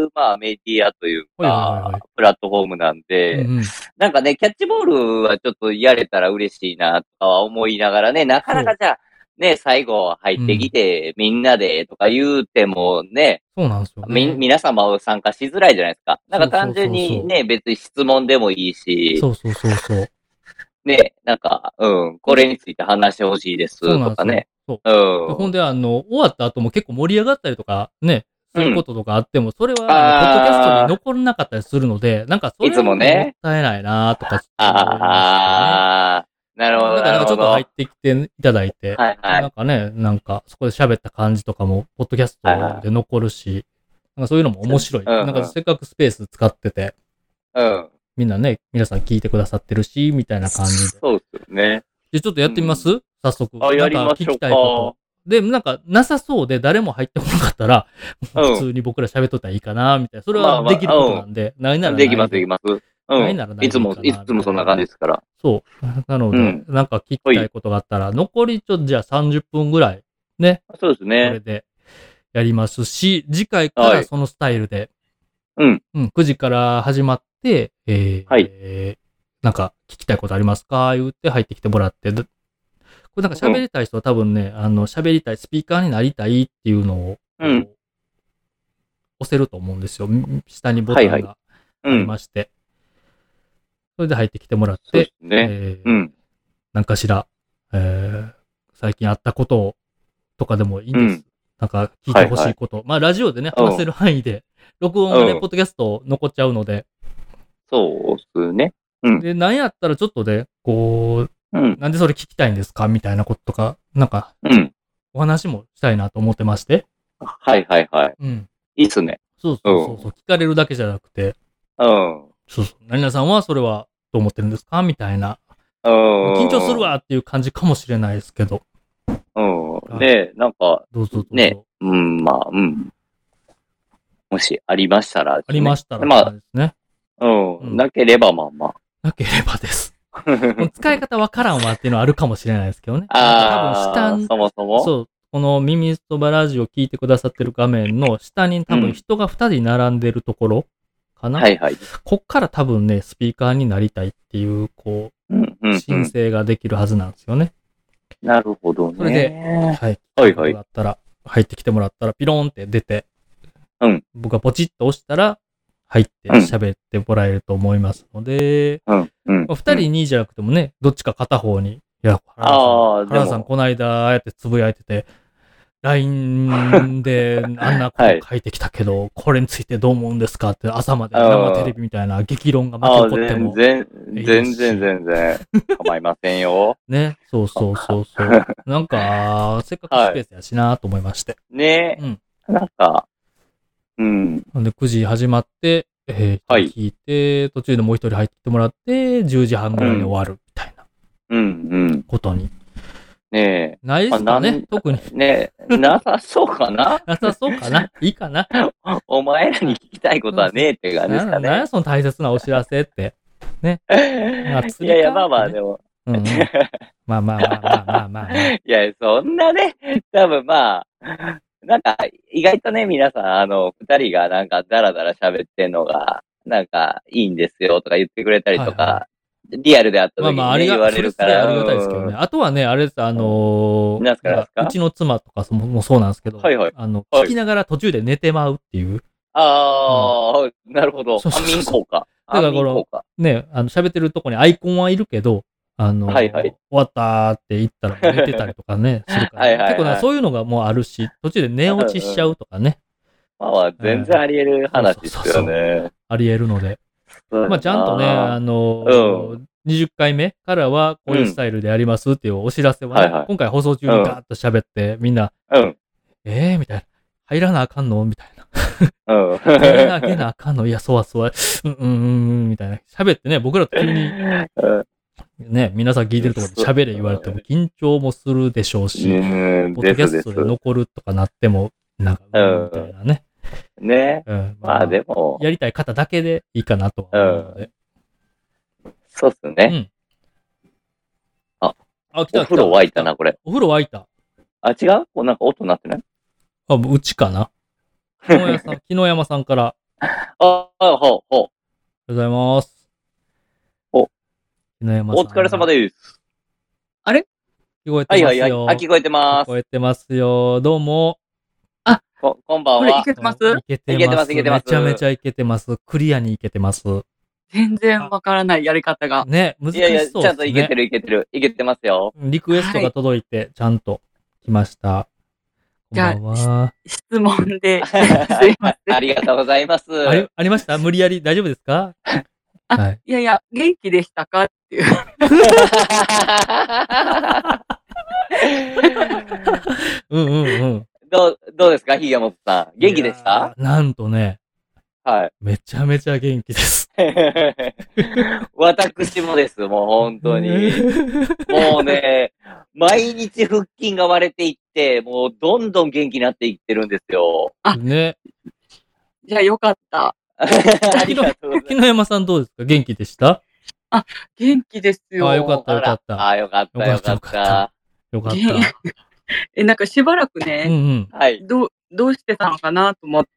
まあメディアというか、はいはいはいはい、プラットフォームなんで、うんうん、なんかね、キャッチボールはちょっとやれたら嬉しいなとかは思いながらね、なかなかじゃあ、ね、最後入ってきて、うん、みんなでとか言うてもね、 そうなんですよね。 み、皆様を参加しづらいじゃないですか。なんか単純にね、別に質問でもいいし、 そうそうそうそう。 ね、なんか、うん、これについて話してほしいですとかね。 そう。うん、ほんで、あの、終わった後も結構盛り上がったりとかね、することとかあっても、うん、それは、あの、ポッドキャストに残らなかったりするので、なんかそれはもったいないなとか、ね、 ああ、なるほど。 だからなんかちょっと入ってきていただいて、 はいはい、 なんかね、なんかそこで喋った感じとかも、ポッドキャストで残るし、はいはい、なんかそういうのも面白い。うんうん、なんかせっかくスペース使ってて、うん。みんなね、皆さん聞いてくださってるし、みたいな感じで。 そうですよね。 で、ちょっとやってみます、うん、早速。 あ、やりましょうか。 なんか聞きたいこと。で、なんか、なさそうで誰も入ってこなかったら、うん、普通に僕ら喋っとったらいいかな、みたいな。それはできることなんで、まあまあ、ないならないで。 できます、できます。うん。ないならないでいつも、いつもそんな感じですから。 そう。なので、うん、なんか聞きたいことがあったら、残りちょっとじゃあさんじゅっぷんぐらい、ね。 そうですね。 これでやりますし、次回からそのスタイルで、はい、うん。うん。くじから始まって、えー、はい。なんか聞きたいことありますか言って入ってきてもらって、これなんか喋りたい人は多分ね、うん、あの、喋りたい、スピーカーになりたいっていうのを、うん、押せると思うんですよ。下にボタンがありまして。はいはい、うん、それで入ってきてもらって、ね、えー、うん、なんかしら、えー、最近あったこととかでもいいんです。うん、なんか聞いてほしいこと。はいはい、まあ、ラジオでね、話せる範囲で、録音がね、うん、ポッドキャスト残っちゃうので。 そうっすね。 うん、で、なんやったらちょっとね、こう、うん、なんでそれ聞きたいんですかみたいなこととか、なんか、うん、お話もしたいなと思ってまして。 はいはいはい。うん。いいっすね。 そうそうそうそう、うん、聞かれるだけじゃなくて。うん。そうそう。何々さんはそれはどう思ってるんですかみたいな。うん。緊張するわっていう感じかもしれないですけど。 うん。ね、なんか、どうぞどうぞ。ね、うん、まあ、うん。もしありましたら、ね、 ありましたら、まあ、ですね。 うん、うん。なければまあまあ。 なければです。使い方わからんわっていうのはあるかもしれないですけどね。ああ、多分下に、そもそもそう、この耳そばラジオを聞いてくださってる画面の下に多分人がふたり並んでるところかな。うん、はいはい。こっから多分ね、スピーカーになりたいっていう、こう、うんうんうん、申請ができるはずなんですよね。 なるほどね。 それで、はい。はいはい。だったら、入ってきてもらったら、ピローンって出て、うん。僕がポチッと押したら、入って喋ってもらえると思いますので、うんうんまあ、ふたりにじゃなくてもね、どっちか片方に、いや、原田さん、原田さんこの間、ああやってつぶやいてて、ライン であんなこと書いてきたけど、はい、これについてどう思うんですかって朝まで生テレビみたいな激論が巻き起こっても全然、全然、全然構いませんよ。 ね、そうそうそうそう。なんか、せっかくスペースやしなと思いまして。はい、 ね、うん、なんか、うん。 なんでくじ始まって、えー、はい、聞いて、途中でもう一人入ってきてもらって、じゅうじはんぐらいに終わるみたいな。うん、うん。ことに。 ねえ。 ないですかね、特に。 ねえ、なさそうかななさそうかないいかなお前らに聞きたいことはねえって感じですかね。 なんやその大切なお知らせって。ね。 まあ、いやいや、まあまあ、でも。 うんうん、まあまあまあまあまあまあ、まあ。いや、そんなね、多分まあ、なんか、意外とね、皆さん、あの、二人がなんか、ダラダラ喋ってんのが、なんか、いいんですよとか言ってくれたりとか、はいはい、リアルで会った時に、ね、まあまあ、ありが言われるから。 ありがたいですけどね。あとはね、あれです、あのー、 なんすかなんすかうちの妻とかもそうなんですけど、はいはい、あの、はい、聞きながら途中で寝てまうっていう。 ああ、うん、なるほど。安眠効果。 だからこの、ね、あの、喋ってるとこにアイコンはいるけど、あの、はいはい、終わったって言ったら寝てたりとかね、するから、ねはいはいはい、結構ね、そういうのがもうあるし、途中で寝落ちしちゃうとかね。 まあ、全然あり得る話ですよね。 あり得るので。まあ、ちゃんとね、あのー、うん、 にじゅっかいめからはこういうスタイルでやりますっていうお知らせは、ねはいはい今回放送中にガーッと喋って、みんな、 うん。 えーみたいな。入らなあかんのみたいな。 うん。 入らなげなあかんのいや、そうはそうは。うんうんうんうんみたいな。喋ってね、僕らと急に、ね、皆さん聞いてるところで喋れ言われても緊張もするでしょうし、 うんポッドキャストで残るとかなっても、なんか、うんみたいなね。 ね。 うん、 まあでも。 やりたい方だけでいいかなとは思うので。 そうっすね。 あ、あ、来た。 お風呂沸いたな、これ。 お風呂沸いた。 あ、違うこうなんか音鳴ってないあ、うちかな木野山さん、木野山さんから。 あ、ほう、ほう。 おはようございます。 お、 木野山さん。 お疲れ様です。あれ聞こえてますよ。 はいはいはい。あ、聞こえてます。 聞こえてますよ。どうも。 あ、こ、こんばんは。 これいけてますいけてます。いけてます。めちゃめちゃいけてます。クリアにいけてます。 全然わからないやり方が。 ね、難しそうですね。いやいや、 ちゃんといけてるいけてる。いけてますよ。 リクエストが届いて、ちゃんと来ました。 じゃあ、質問で。すいません。 ありがとうございます。 あり、ありました無理やり大丈夫ですかあ、はい、いやいや、元気でしたかっていう。 うんうんうん。 どう、どうですか、ひげもとさん。元気でしたなんとね。 はい。 めちゃめちゃ元気です。 私もです、もう本当に。もうね、毎日腹筋が割れていって、もうどんどん元気になっていってるんですよ。 あ、 ね。 じゃあよかった。 ありがとうございます。 木野山さんどうですか元気でしたあ、元気ですよ。 あ、よかったよかった。 あ、よかったよかった。 よかった。 え、なんかしばらくね、 うんうん、 はい。 どう、どうしてたのかなと思って、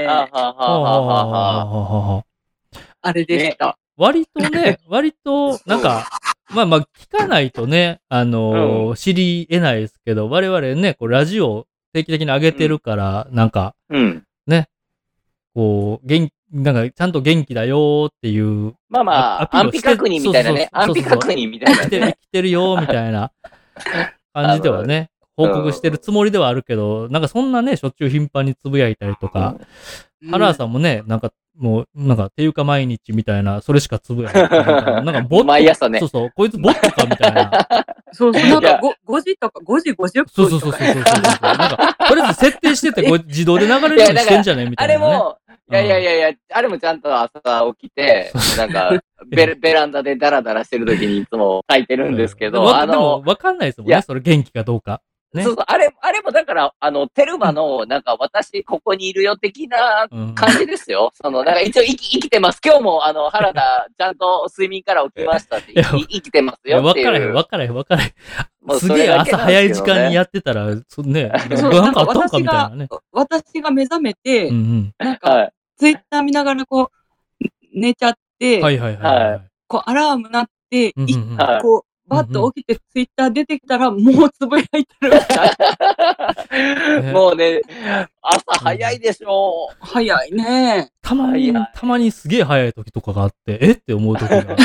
あははははは。 あれでした。ね、 割とね、割と、なんか、まあまあ、聞かないとね、あのーうん、知り得ないですけど、我々ね、こうラジオ定期的に上げてるから、うん、なんか、 うん、 ね、こう、元気、なんか、ちゃんと元気だよっていう。 まあまあ、安否確認みたいなね。安否確認みたいな、ね。 生きてる、生きてるよ、みたいな感じではね、報告してるつもりではあるけど、なんかそんなね、しょっちゅう頻繁につぶやいたりとか、原田さんもね、なんか、もう、なんか、ていうか毎日みたいな、それしかつぶやいてないから、なんかボット。 毎朝ね。 そうそう、こいつボットかみたいな。 そうそう、なんかごじとかごじごじゅっぷんとか。 そうそうそうそうそうそう。なんか、とりあえず設定してて、これ自動で流れるようにしてんじゃねみたいな、ね。 あれも、いやいやいやいや、あれもちゃんと朝起きて、なんかベ、ベランダでダラダラしてる時にいつも書いてるんですけど、 うん、あの、でもわかんないですもんね、それ元気かどうか。ね、 そうそう、あれ、あれもだから、あの、テルマの、なんか、私、ここにいるよ的な感じですよ。うん、その、なんか、一応生き、生きてます。今日も、あの、原田、ちゃんと睡眠から起きましたって、生きてますよっていう。 わからへん、わからへん、わからへん。すげえ朝早い時間にやってたら、そね、なんかあったんかみたいなね。 私が目覚めて、 うんうん、 なんか、はい、ツイッター見ながら、こう、寝ちゃって、 はいはいはい、はい。 こう、アラーム鳴って、 うんうんうん、 こう、バッと起きてツイッター出てきたら、もうつぶやいてるみたいな。もうね、朝早いでしょう。 早いね。 たまに、たまにすげえ早い時とかがあって、えって思う時があって。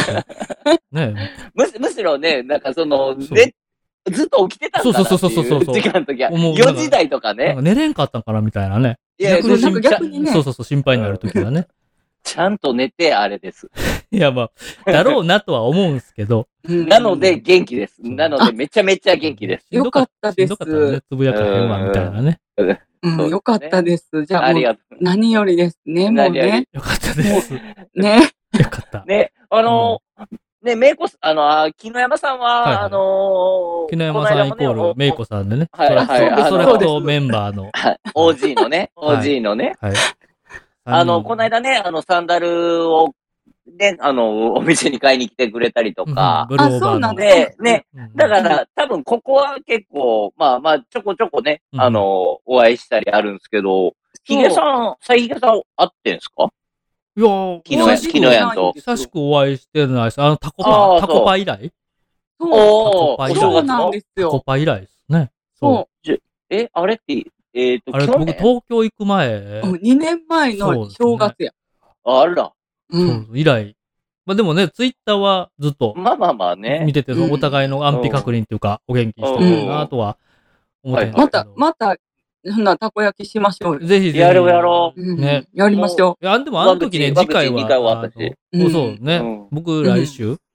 ねむむしろね、なんかその、ね、ずっと起きてたんだなっていう時間の時は、よじ台とかね。 なんか寝れんかったんかなみたいなね。 いや、 逆に逆にね。 そうそうそう、心配になる時がね。 ちゃんと寝て、あれです。 いや、まあ、だろうなとは思うんですけど。 なので、元気です。なので、めちゃめちゃ元気です。 よかったです。 しんどかったらね、つぶやかへんわ、みたいなね。 うん、よかったです。じゃあ、もう何よりですね、もうね。 よかったです。 ね。 よかった。 ね、あの、ね、めいこ、あの、木野山さんは、あの、 木野山さんイコールめいこさんでね。 はい、はい、 ストラクトメンバーの。 オージー のね、オージー のね。はい。あの、この間ね、あの、サンダルを、ね、あの、お店に買いに来てくれたりとか。 ブルーオーバーの。 で、ね、だから、多分ここは結構、まあまあ、ちょこちょこね、あの、お会いしたりあるんですけど、ヒゲさん、さいひげさん会ってんすかいやー、 木野やんと。 久しくお会いしてないです。あの、タコパ、タコパ以来そう、そうなんですよ。 タコパ以来ですね。 そう。 え、あれって、えっと、 あれ、僕、東京行く前。 にねんまえの正月や。 あら。 そう、以来。まあでもね、ツイッターはずっと。 まあまあまあね。 見てて、お互いの安否確認っていうか、お元気してるなとは思ってまた、また、そんなたこ焼きしましょう。 ぜひぜひ。 やろうやろう。ね。 やりましょう。いや、でもあの時ね、次回は。そうそうね。僕、来週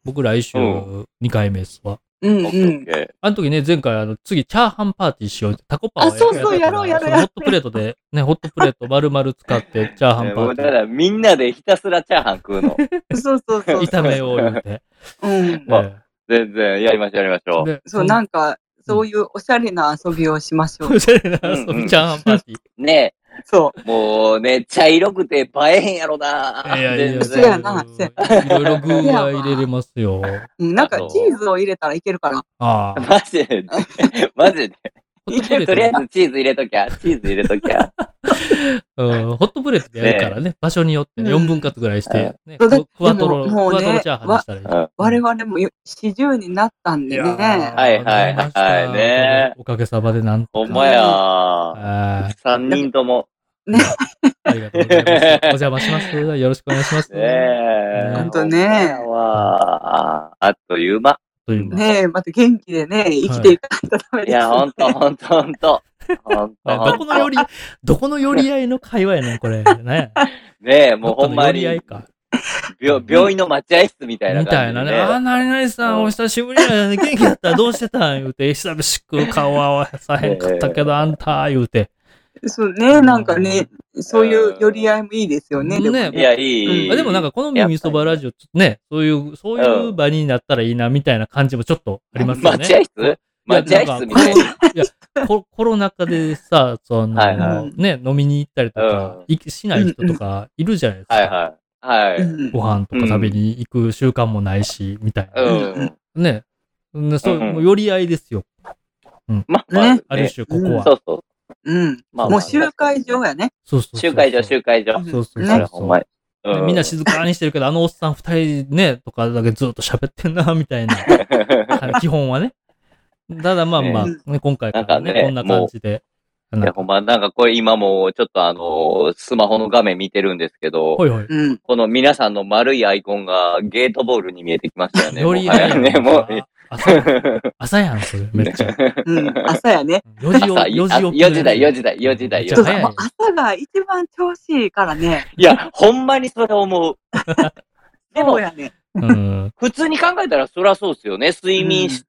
僕来週にかいめですわ。 うんうん。 あの時ね、前回、あの、次、チャーハンパーティーしようって、タコパンをやる。あ、そうそう、やろうやろうやろう。 ホットプレートで、ね、ホットプレート丸々使って、チャーハンパーティー。 だからみんなでひたすらチャーハン食うの。 そうそうそう。 炒めよう言うて。 うん。 全然、やりましょう、やりましょう。 そう、なんか、そういうおしゃれな遊びをしましょう。 おしゃれな遊び、チャーハンパーティー。 ねえ。そう。 もうね、茶色くて映えへんやろな。 いやいや、 そうやな。 いろいろ具は入れれますよ。 なんかチーズを入れたらいけるから。 ああ。 マジで。マジで。とりあえずチーズ入れときゃ。チーズ入れときゃ。 うん、ホットプレートでやるからね。場所によってね、よんぶん割ぐらいして、ね。 クワトロ、クワトロチャーハンにしたらいい。 我々もよんじゅうになったんでね。 はいはいはいね。 おかげさまでなんとか。 ほんまや。さんにんとも。 ね。 ありがとうございます。お邪魔します。よろしくお願いします。 ねえ。 ほんとね。 あっという間。 ねえ、また元気でね、生きていかないとダメです。 いや、ほんとほんとほんと。 どこの寄り、どこの寄り合いの会話やねん、これ。ねえ、もうほんまに。病院の待合室みたいな感じ。 みたいなね。あ、なになにさん、お久しぶりやね。元気だったらどうしてたん言うて、久しく顔合わさへんかったけど、あんた、言うて。 そうね、なんかね、そういう寄り合いもいいですよね。 ね、 いや、いい。 でもなんか、この耳そばラジオ、ね、そういう、そういう場になったらいいな、みたいな感じもちょっとありますよね。 待合室待合室みたいな。いや、コロナ禍でさ、その、ね、飲みに行ったりとか、しない人とかいるじゃないですか。 はいはい。はい。 ご飯とか食べに行く習慣もないし、みたいな。ね。そう、寄り合いですよ。うん。 まあ、 ある種、ここは。 そうそう。 うん。もう集会場やね。 そうそう。 集会場、集会場。 そうそうそう。 ほんまに。 みんな静かにしてるけど、あのおっさん二人ね、とかだけずっと喋ってんな、みたいな。基本はね。ただまあまあ、今回からね、こんな感じで。 いや、ほんま、なんかこれ今もちょっとあの、スマホの画面見てるんですけど、 はいはい、 この皆さんの丸いアイコンがゲートボールに見えてきましたよね。 より早いね、もう。朝、朝やん、それ、めっちゃ。 うん、朝やね。 よじを、よじを。 よじだ、よじだ、よじだ、よじだ。 朝が一番調子いいからね。 いや、ほんまにそれ思う。 でもやね。 うん、 普通に考えたらそりゃそうですよね。睡眠して、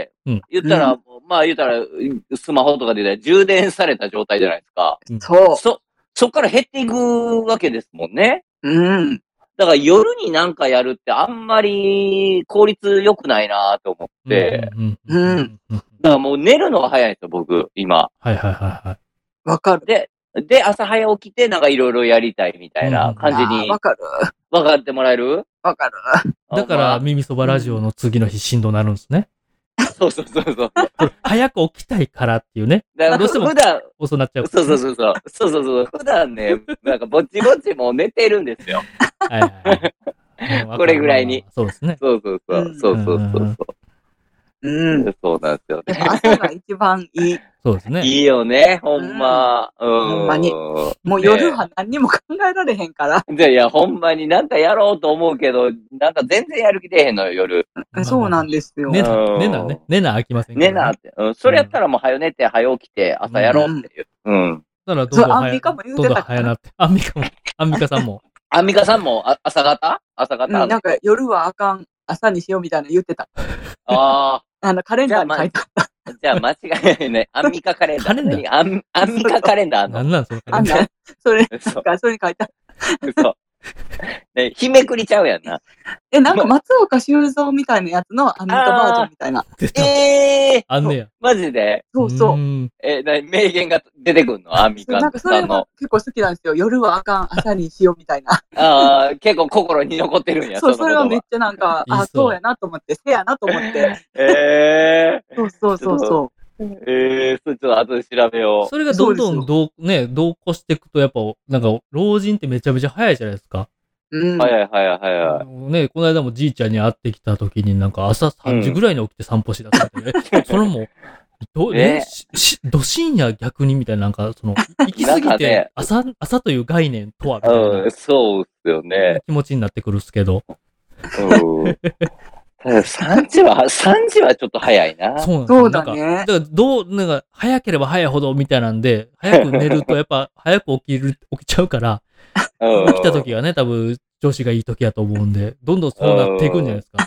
うん、言ったら、うん、まあ言ったら、スマホとかで言ったら充電された状態じゃないですか。 そう。 そ、そっから減っていくわけですもんね。 うん。 だから夜になんかやるってあんまり効率良くないなと思って。 うん。 だからもう寝るのが早いんですよ、僕、今。 はいはいはいはい。 わかる。 で、で、朝早起きてなんかいろいろやりたいみたいな感じに。 わかる。 わかってもらえる？ わかる。 だから、耳そばラジオの次の日しんどなるんですね。 そうそうそうそう。 早く起きたいからっていうね。 どうしても普段遅なっちゃう。 そうそうそうそう。そうそうそう。普段ね、なんかぼちぼちもう寝てるんですよ。 はいはいはい。 これぐらいに。 そうですね。 そうそうそう。そうそうそうそう。うん。そうなんですよね。 朝が一番いい。 そうですね。 いいよね、ほんま。うん。 ほんまに。もう夜は何にも考えられへんから。 いやいや、ほんまになんかやろうと思うけど、なんか全然やる気出へんのよ、夜。 そうなんですよ。 寝な、寝なね。寝な飽きません寝なって。うん。それやったらもう早寝て、早起きて、朝やろうっていう。うん。 だからどんどんアンミカも言うてた早なって。アンミカも、アンミカさんも。 アンミカさんも朝方朝方なんか夜はあかん、朝にしようみたいな言ってた。 ああ。 あの、カレンダーに書いてあった。 じゃあ間違いないね。アンミカカレンダー。 カレンダーアンアンミカカレンダーの。 なんなんそれ。 あんな、それ、なんか、それに書いてあった。 そう。ね、日めくりちゃうやんな。 え、なんか松岡修造みたいなやつのアンミカバージョンみたいな。 ええー、 あんねや。 マジでそうそう。 え、な名言が出てくんのアンミカさんの。 なんかそれが結構好きなんですよ。夜はあかん、朝にしようみたいな。 ああ、結構心に残ってるんや。 そう、それはめっちゃなんか、あ、そうやなと思って、せやなと思って。 ええー。 そうそうそうそう。 ええー、それちょっと後で調べよう。 それがどんどんどう、ね、同行していくと、やっぱ、なんか、老人ってめちゃめちゃ早いじゃないですか。 うん。 早い早い早い。 ね、この間もじいちゃんに会ってきた時になんか朝さんじぐらいに起きて散歩しだったんで、ね、それも、ど、ね、し、ど深夜逆にみたいな、なんか、その、行き過ぎて、朝、ね、朝という概念とはみたいな。 うん、そうっすよね。 気持ちになってくるっすけど。 うん。さんじは、さんじはちょっと早いな。 そうなんですそうだね。 だから、どう、なんか、早ければ早いほどみたいなんで、早く寝るとやっぱ、早く起きる、起きちゃうから、起きた時がね、多分、調子がいい時やと思うんで、どんどんそうなっていくんじゃないですか。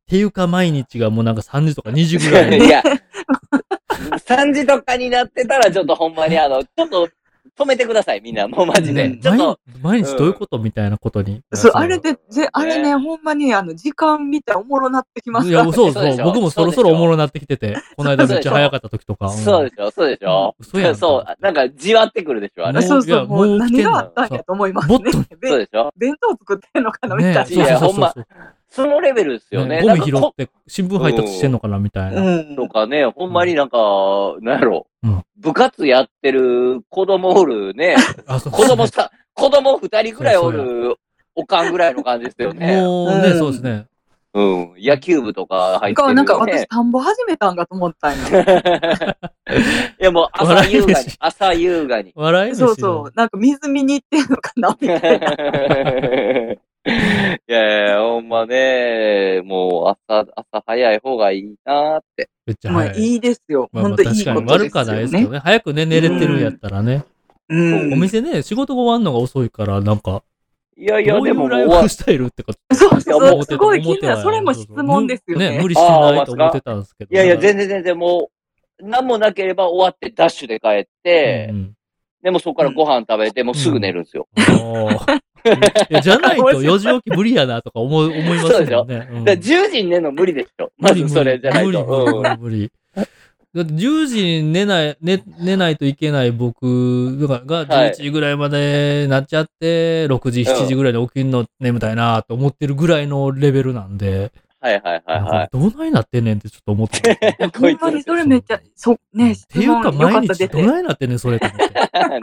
ていうか毎日がもうなんかさんじとかにじぐらい。 いや、さんじとかになってたらちょっとほんまにあの、ちょっと止めてください、みんな。もうマジで。 ね、 ちょっと。 毎日どういうこと、うん、みたいなことに。 そう、あれで、ぜあれね、ほんまにあの、時間見たらおもろなってきますから、ね。いや、そうそう。僕もそろそろおもろなってきてて、この間めっちゃ早かった時とか。 そうでしょ、そうでしょ。そうやそう。なんかじわってくるでしょ、あれ。 そうそう、もう何があったんやと思いますね。 そうでしょ。 弁当作ってんのかなみたいな。 いや、ほんま。そのレベルですよね。 ゴミ拾って新聞配達してんのかなみたいな。 うん。とかね、ほんまになんか、なんやろ。部活やってる子供おるね。子供さ、子供二人ぐらいおるおかんぐらいの感じですよね。 もうね、そうですね。 うん。野球部とか入ってる。 なんか私、田んぼ始めたんかと思ったんや。 いやもう朝夕がに、朝夕がに。 笑いそうそう。なんか水見に行ってんのかなみたいな。 いやいや、ほんまね、もう朝、朝早い方がいいなーって。 めっちゃ早い。 まあいいですよ。 まあ、 本当いいことですよね。 確かに悪くはないですけどね。早くね、寝れてるんやったらね。 うん。 お店ね、仕事が終わるのが遅いから、なんか。 いやいや、でも、 ライフスタイルってか、 そうそう、すごい気になる。それも質問ですよね。 ね、無理しないと思ってたんですけど。 いやいや、全然全然もう、何もなければ終わってダッシュで帰って、でもそこからご飯食べて、もうすぐ寝るんですよ。 いやじゃないとよじ起き無理やなとか思う思いますよね。 うん、だじゅうじに寝るの無理でしょ。まずそれじゃないと。 無理無理無理。だってじゅうじに寝ない、寝、寝ないといけない僕がじゅういちじぐらいまでなっちゃって、ろくじ、しちじぐらいで起きるの眠たいなと思ってるぐらいのレベルなんで。 はいはいはいはい。 どないなってんねんってちょっと思って。 ほんまにそれめっちゃ、そ、ね、 っていうか毎日どないなってんねんそれと思って。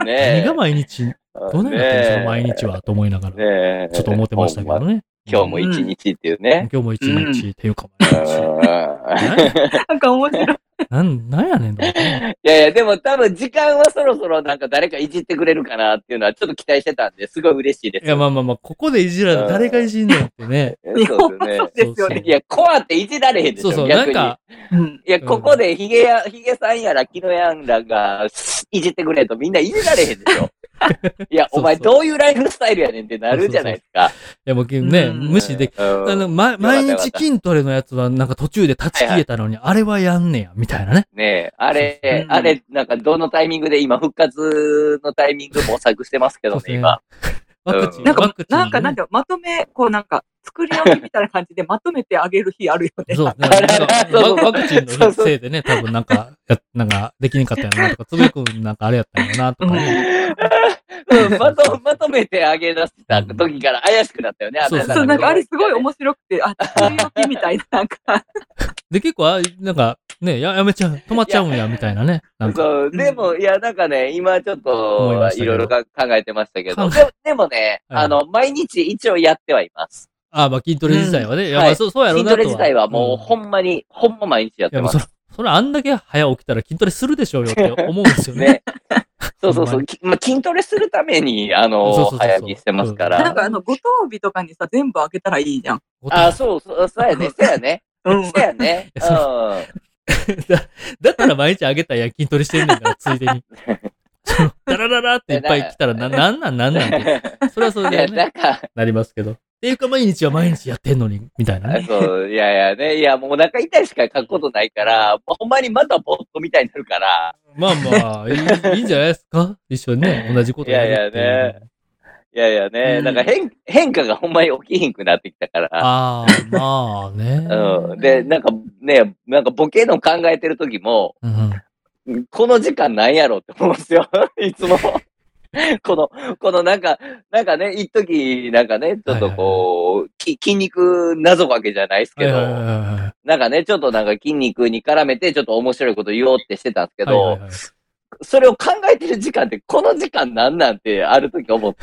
ね何が毎日、どないなってんねんその毎日はと思いながら。ちょっと思ってましたけどね。 今日も一日っていうね。 今日も一日っていうか毎日。 なんか面白い。 なん、なんやねんと思って。 いやいや、でも多分時間はそろそろなんか誰かいじってくれるかなっていうのはちょっと期待してたんで、すごい嬉しいです。 いや、まあまあまあ、ここでいじられ誰がいじんねんってね。 そうですよね。いや、コアっていじられへんでしょ。 そうそう、なんか。 いや、ここでヒゲや、ヒゲさんやら、キノヤンらがいじってくれとみんないじられへんでしょ。いや、お前どういうライフスタイルやねんってなるじゃないですか。 いや、もうね、無視でき、あの、ま、毎日筋トレのやつはなんか途中で立ち消えたのに、あれはやんねや、みたいなね。 ねえ、あれ、あれ、なんかどのタイミングで今復活のタイミング模索してますけどね、今。 ワクチン、 なんか、なんか、なんか、まとめ、こうなんか、作り置きみたいな感じでまとめてあげる日あるよね。 そう、なんか、ワクチンのせいでね、多分なんか、なんか、できなかったよなとか、つぶやくんなんかあれやったんやなとかね。 うん、まと、まとめてあげ出した時から怪しくなったよね、あれ。そう、なんかあれすごい面白くて、あ、作り置きみたいな、なんか。 で、結構、なんか、ね、や、やめちゃう、止まっちゃうんや、みたいなね。なんかそう、でも、いや、なんかね、今ちょっと、いろいろ考えてましたけど、でもでもね、あの、毎日一応やってはいます。 ああ、まあ筋トレ自体はね。いや、まあそう、そうやろうなと。筋トレ自体はもう、ほんまに、ほんま毎日やってます。 いや、それあんだけ早起きたら筋トレするでしょうよって思うんですよね。 そうそうそう。まあ、筋トレするために、あの、早起きしてますから。 なんかあの、ご当日とかにさ、全部開けたらいいじゃん。 あ、そう、そう、そうやね、そうやね。そうやね。うん。 だ、だったら毎日あげたら筋トレしてんねんから、ついでに。ダラダラっていっぱい来たら、な、なんなんなんなんて。それはそれでね、なりますけど。っていうか毎日は毎日やってんのに、みたいなね。 そう、いやいやね、いやもうお腹痛いしか書くことないから、ほんまにまたボットみたいになるから。 まあまあ、いい、いいんじゃないですか一緒にね、同じことやるっていう。 いやいやね。いやいやね、うん、なんか変、変化がほんまに起きひんくなってきたから。 ああ、まあね。 うん。で、なんかね、なんかボケの考えてる時も、うん、この時間なんやろって思うんですよ。いつも。この、このなんか、なんかね、一時なんかね、ちょっとこう、はいはい、き筋肉謎かけじゃないですけど、はいはいはい、なんかね、ちょっとなんか筋肉に絡めてちょっと面白いこと言おうってしてたんですけど、はいはいはい、それを考えてる時間って、この時間なんなんてある時思って。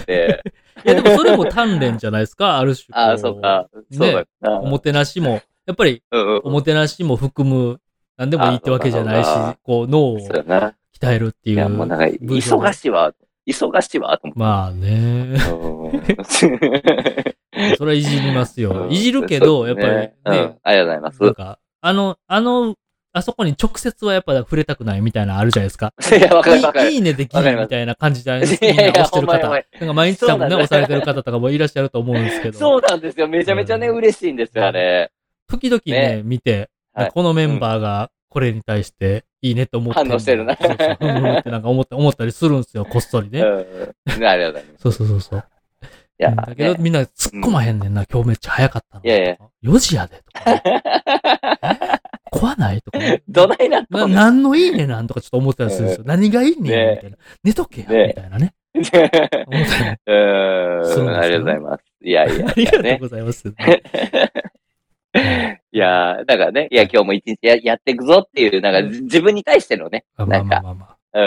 いやでもそれも鍛錬じゃないですか、ある種。 ああ、そうか。そうだ、 ね。おもてなしも、やっぱり、おもてなしも含む、なんでもいいってわけじゃないし、こう脳を鍛えるっていう。いや、 もうなんか、忙しいわ。忙しいわ、と思って。 まあね。それはいじりますよ。いじるけど、やっぱりね。 ありがとうございます。 なんか、あの、あの、あそこに直接はやっぱ触れたくないみたいなのあるじゃないですか。 いや、わかるわかる。 いいねできるみたいな感じじゃないですか。みんな押してる方。なんか毎日多分ね、押されてる方とかもいらっしゃると思うんですけど。 そうなんですよ。めちゃめちゃね、嬉しいんですよ、あれ。 時々ね、 ね見て、 はいこのメンバーがこれに対していいねと思って反応してるなそうそう思ってなんか思って思ったりするんですよ、こっそりね。 うん。なるほど。いそうそうそうそう。 や、 だけど、 ねみんな突っ込まへんねんな、今日めっちゃ早かったの。 いやいやよじやで、とか、ね。え怖ないとか、ね。 どないなったな、 の何のいいねなんとかちょっと思ったりするんですよ。何がいいねんみねたいな。寝とけや、 ねみたいなね。思ったりうーん。ありがとうございます。いやいや。 ありがとうねございます。 いやー、だからね、いや、今日も一日ややっていくぞっていう、なんか、自分に対してのね、 まあまあなんか、 まあまうん、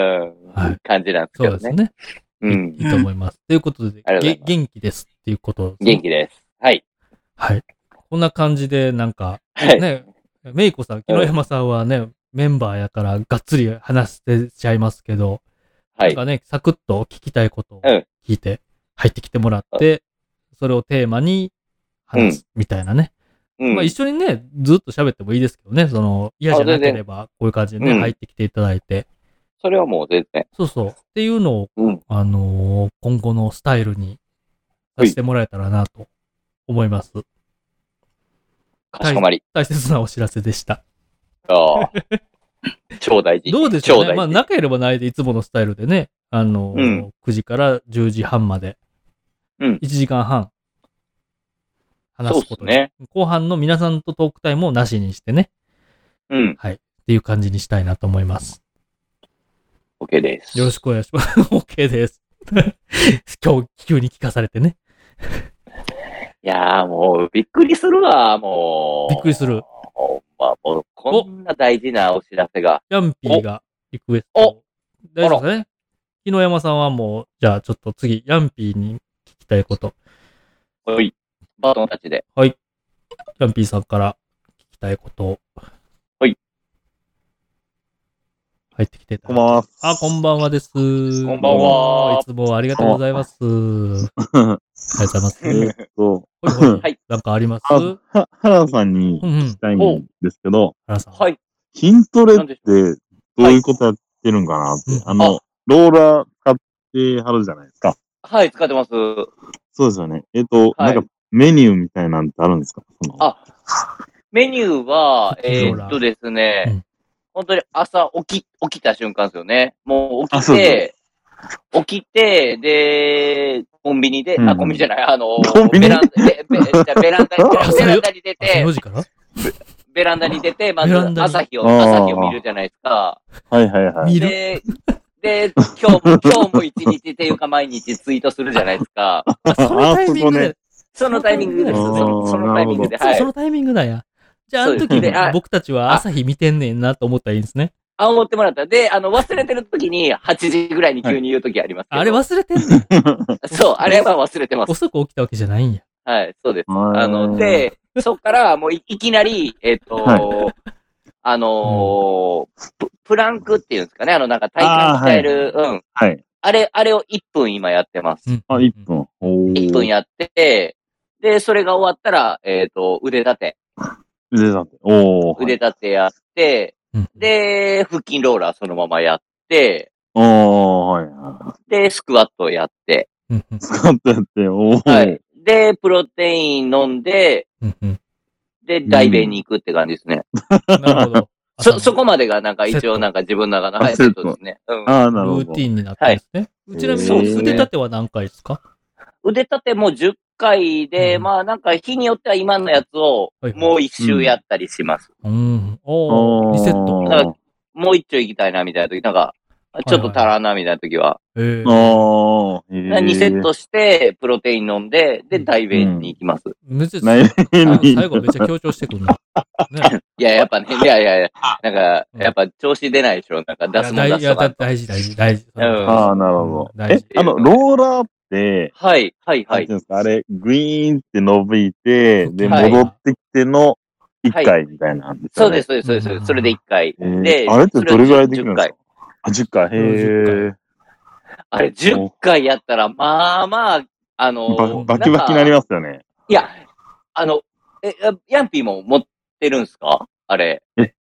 はい感じなんですけどね。 そうですね。 うん。 いいと思います。ということで、 ありがとうございます元気ですっていうことですね。 元気です。はい。 はい。こんな感じで、なんか、 はいね、メイコさん、木野山さんはね、メンバーやからがっつり話してちゃいますけど、 はい。 なんかね、サクッと聞きたいことをうん聞いて、入ってきてもらって、それをテーマに話すみたいなね。 うん。 まあ一緒にね、ずっと喋ってもいいですけどね、その、嫌じゃなければ、こういう感じでね、 うん入ってきていただいて。 それはもう全然。 そうそう。っていうのを、 うん。 あのー今後のスタイルにさせてもらえたらなと思います。 かしこまり。 大切なお知らせでした。 ああ。超大事。 どうでしょうね。 超大事。 まあ、なければないでいつものスタイルでね、あのーうんくじからじゅうじはんまで、 うんいちじかんはん話すことで、 そうっすね後半の皆さんとトークタイムをなしにしてね、 うん。 はい。っていう感じにしたいなと思います。 OK です。 よろしくお願いします。OK です。今日急に聞かされてね。 いやーもう、びっくりするわ、もう。 びっくりする。 ほんま、もう、こんな大事なお知らせが。 ヤンピーがリクエストを。大丈夫ですかね。木野山さんはもう、じゃあちょっと次、ヤンピーに聞きたいこと。 はい。バトンたちで。 はい。ヤンピーさんから聞きたいことを。 はい。 入ってきてた。 こんばんは。 あ、こんばんはです。こんばんはいつもありがとうございます。ありがとうございます。 えっと、 ほいほいはい。 なんかありますあは原田さんにうんうん聞きたいんですけど、 原さん。 はい。 筋トレってどういうことやってるんかなって、 はいあの、ローラー使ってはるじゃないですか。 はい、使ってます。 そうですよね。えっと、 はいなんかメニューみたいなんってあるんですかそのあメニューは、 腹筋ローラーえーっとですね、 うん本当に朝起き、起きた瞬間ですよね。もう起あそうきて、起きて、で、コンビニで、 うんあ、コンビニじゃない、あの、 コンビニベランダ、ベベじゃあベランダに、ベラベランダに出朝てよ、じからベランダに出て、まずベランダに朝日を、 あー朝日を見るじゃないですか。 はいはいはい。 見るで、で、今日も、今日も一日っていうか毎日ツイートするじゃないですか。 あそのタイミングで、 そのタイミングです。 あーそのそのタイミングで、はいそうそ。のタイミングだや。じゃあ、あの時そうですねあ僕たちは朝日見てんねんなと思ったらいいんですね。 あ、思ってもらった。で、あの、忘れてる時にはちじぐらいに急に言う時ありますけど。 あれ忘れてんねん。 そう、あれは忘れてます。 遅く起きたわけじゃないんや。 はい、そうです。 はいあの、で、そっからもういいきなり、えっ、と、 はあのープ、プランクっていうんですかね、あの、なんか体幹鍛える、うん。 はい。 あれ、あれをいっぷん今やってます。 うんあ、いっぷん。おーいっぷんやって、で、それが終わったら、えっ、と、腕立て。 腕立て。おー。 腕立てやって、 うんで、腹筋ローラーそのままやって、 おー、はいはで、スクワットやって、 うんうんい。使ってやって、おー。 はい。で、プロテイン飲んで、 うんうんで、大便に行くって感じですね。 なるほど。 そ、そこまでがなんか一セット応なんか自分の中の、 あはい、セットですね。うん。 あー、なるほどルーテ。ィンになってるんですね。ちなみにそうですね腕立ては何回ですか腕立てもじゅっかいで、 うんまあなんか日によっては今のやつをはいはいもう一周やったりします。 うん。おー、リセット。 なんかもう一丁行きたいなみたいな時、なんか、ちょっと足らんなみたいな時は、 えーおー。えーにセットして、プロテイン飲んで、で、大便に行きます。 めっちゃ内面に。 最後めっちゃ強調してくるな。ね。 いや、やっぱね、いやいやいや、なんか、やっぱ調子出ないでしょ。なんか出すもんいや大いや出すとか。 大事大事大事。 うんああ、なるほど。え大事、 あの、ローラーって、 はい、はい、はいなんてい。うんですか、あれ、グイーンって伸びて、で、 はい戻ってきてのいっかいみたいなんですよね。 そうです、そうです、そうです。それでいっかい。 えーで、 あれってどれぐらいできるんそれをですかあ、じゅっかい。へえ。 あれ、じゅっかいやったら、まあまあ、あのー、 ババキバキになりす。 ますよね。 いや、あの、え、ヤンピーも持ってるんすかあれ。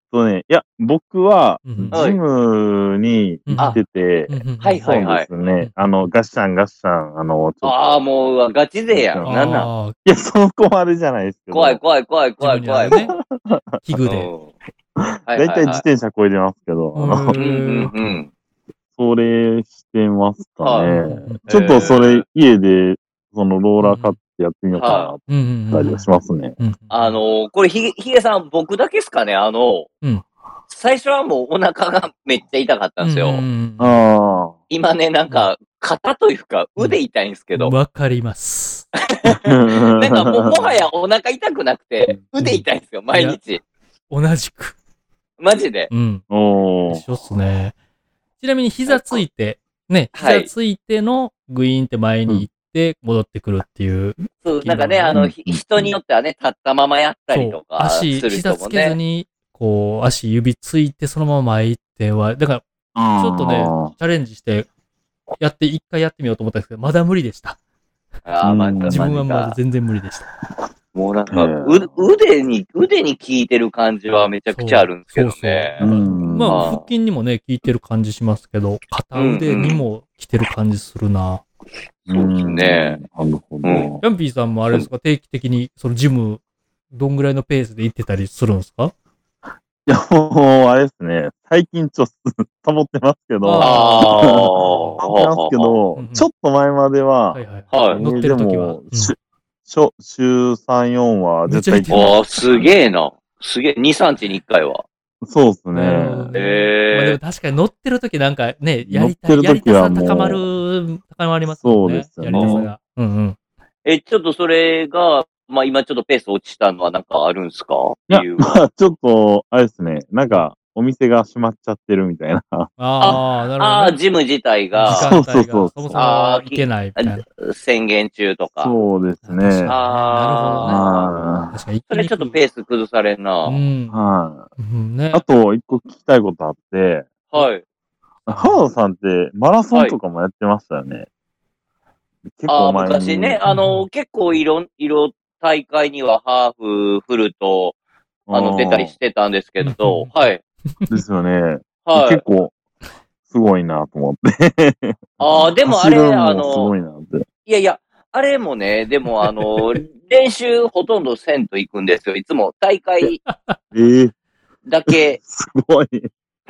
とね、いや、僕は、 うんうんジムに行ってて、 うんうんはいはいはい。 そうですね。あの、ガッシャンガッシャン、あの、ちょっと。 ああ、もう、うわガチ勢やん。 あなんなんああ、 いや、そこまでじゃないですけど。 怖い怖い怖い怖い自分に怖い。 あるね。器具で。 うんはいだいたいはいはい。 自転車こいでますけど、あの、 うんうんうん。 それしてますかはいね。 うんちょっとそれ、家で、そのローラー買ってやってみようかな、 うんうんったりはしますね。 うん。 あのー、これひげ、ひげさん、僕だけっすかねあの、 うん最初はもうお腹がめっちゃ痛かったんですよ。 うんうんうんあ今ね、なんか、肩というか腕痛いんですけど、 わかります。 あ。 なんかも、もはやお腹痛くなくて、腕痛いんですよ、毎日。 同じく。 マジで。 うん。 おー。 一緒っすね。ちなみに膝ついて、ね、 はい膝ついてのグイーンって前に行って戻ってくるっていう。 そう、なんかね、あの、ひ人によってはね、立ったままやったりとかす足、 る膝つ人もね。 けずに、こう、足指ついてそのまま前行っては、だから、ちょっとね、チャレンジして、やって、一回やってみようと思ったんですけど、まだ無理でした。 ああ、また、 自分はマジかまだ全然無理でした。 もうなんか、 うんう腕に、腕に効いてる感じはめちゃくちゃあるんですけどそうそうね。 そううんまあ、 あー腹筋にもね、効いてる感じしますけど、片腕にも来てる感じするな。 そうですね。 なるほど。 うんヤンピーさんもあれですか、定期的に、そのジム、どんぐらいのペースで行ってたりするんですか？ いや、もう、あれですね。最近ちょっと、保ってますけど、 ああ。 保ってますけどうんうん、 ちょっと前までは、 はいはい。 はい乗ってる時は。 でもししょ週さん、よんは絶対めっちゃ行ってああ、すげえな。すげえ。に、さんちにいっかいは。 そうですなるほどね。 ね。 へーまあでも確かに乗ってる時なんかね、やりたい、 乗ってるやりたさ時はもう高まる、高まりますもんね。 そうですよねやりたさが。うんうん。 え、ちょっとそれが、まあ今ちょっとペース落ちたのはなんかあるんですかいや理由、 まは。 あ、ちょっと、あれですね。なんか、お店が閉まっちゃってるみたいな。 ああ、なるほああ、 ど、ね。 ジム自体時が間帯がそうそうそうそもそも行けないみたいな。 宣言中とか。 そうですね。 確かにああ確かにそれちょっとペース崩されんな。 うんー。はい。 うんね。 あと、一個聞きたいことあって、 はい。 原田さんってマラソンとかもやってましたよね。結ああ、 構前に。 昔ね、あの、結構いろ、いろ大会にはハーフ、フルと、あの、出たりしてたんですけど、 うんはい。 ですよね。 はい結。構、すごいなと思って。 ああ、でもあ走るれ、あのもすごの、 いなって。 いやいや、あれもね、でもあの、練習ほとんどせんと行くんですよ。いつも大会ええだけ。 すごい。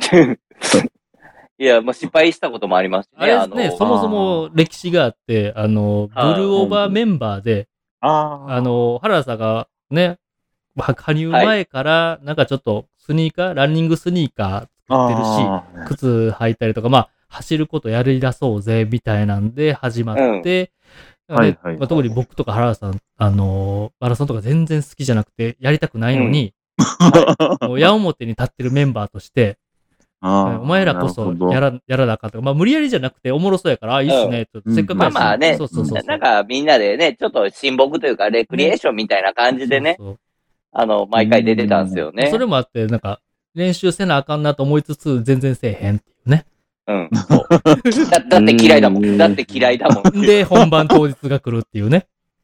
いや、まあ、失敗したこともありますしね。 あれですあね、 の、 そもそも歴史があって、あの、ブはいルーオーバーメンバーで、 ああ。 あの、原田さんがね、は加入前から、なんかちょっとスニーカー、ランニングスニーカー作ってるし、 あー靴履いたりとか、まあ、走ることやり出そうぜ、みたいなんで始まって、 うんはいはいはいまあ、特に僕とか原田さん、あのーマラソンとか全然好きじゃなくて、やりたくないのに、もう矢面に立ってるメンバーとして、 あーお前らこそなるほどやら、やらなあかんとか、まあ無理やりじゃなくておもろそうやから、あ、いいっすね、ちょっとせっかくやし、 まあまあねそうそうそうそう。 なんかみんなでね、ちょっと親睦というか、レクリエーションみたいな感じでね、 そうそうあの、毎回出てたんですよね。 それもあって、なんか、練習せなあかんなと思いつつ、全然せえへんっていうね。 うん。そうだだって嫌いだもん。だって嫌いだもん。 で、本番当日が来るっていうね。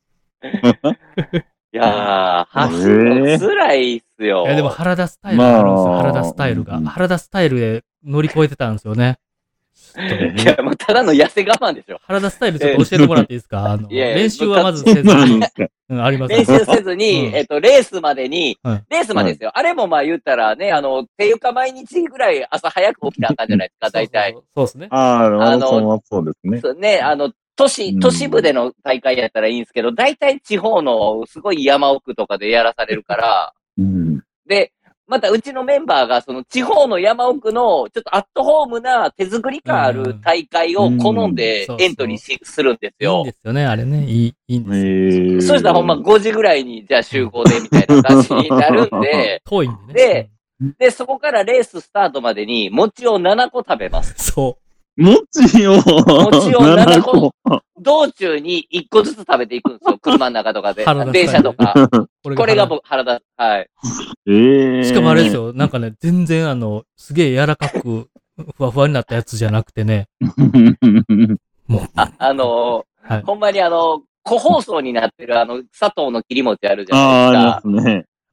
いやー、走るの辛いっすよ。 いや、でも原田スタイルがあるんですよ、 まあ原田スタイルが。 うん原田スタイルで乗り越えてたんですよね。ちょっとねいや、もうただの痩せ我慢でしょ。 原田スタイルちょっと教えてもらっていいですか？あの、 いやいや練習はまずせずにそうなんで。すか。 うん、あります。 練習せずに、 うんえっと、レースまでに、 はいレースまでですよ。あれもまあ言ったらね、あの、ていうか毎日ぐらい朝早く起きなあかんじゃないですか、大体そう。そうそうですね。 ああ、マラのソンはそうですね。 そうね、あの、都市、 うん都市部での大会やったらいいんですけど、大体地方のすごい山奥とかでやらされるから、 うん。 で、またうちのメンバーがその地方の山奥のちょっとアットホームな手作り感ある大会を好んでうんエントリーしするんですいいんよで。すよね、あれね。いい、いいんですよ。 えー、 そしたらほんまごじぐらいにじゃあ集合でみたいな感じになるんで、 遠いんでね。 でで、そこからレーススタートまでに餅をななこ食べます。 そ餅を、 餅をななこなな道中にいっこずつ食べていくんですよ。車の中とかで原田。 電車とか。 う。ここれが僕、原田。はい。 えー、 しかもあれですよ、なんかね、全然あの、すげえ柔らかく、ふわふわになったやつじゃなくてね、もう、 あ、あのーはいほんまにあの、個包装になってるあの、砂糖の切り餅あるじゃああ、ありないですか。 ますね。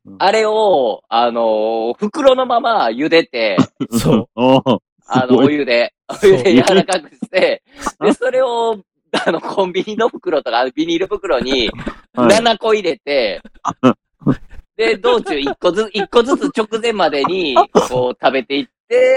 あれを、あのー、袋のまま茹でて、 そう。 あの、お湯で、お湯で柔らかくして、で、それを、あの、コンビニの袋とか、ビニール袋にななこ入れて、はい、で、道中いっこずつ、いっこずつ直前までに、こう、食べていって、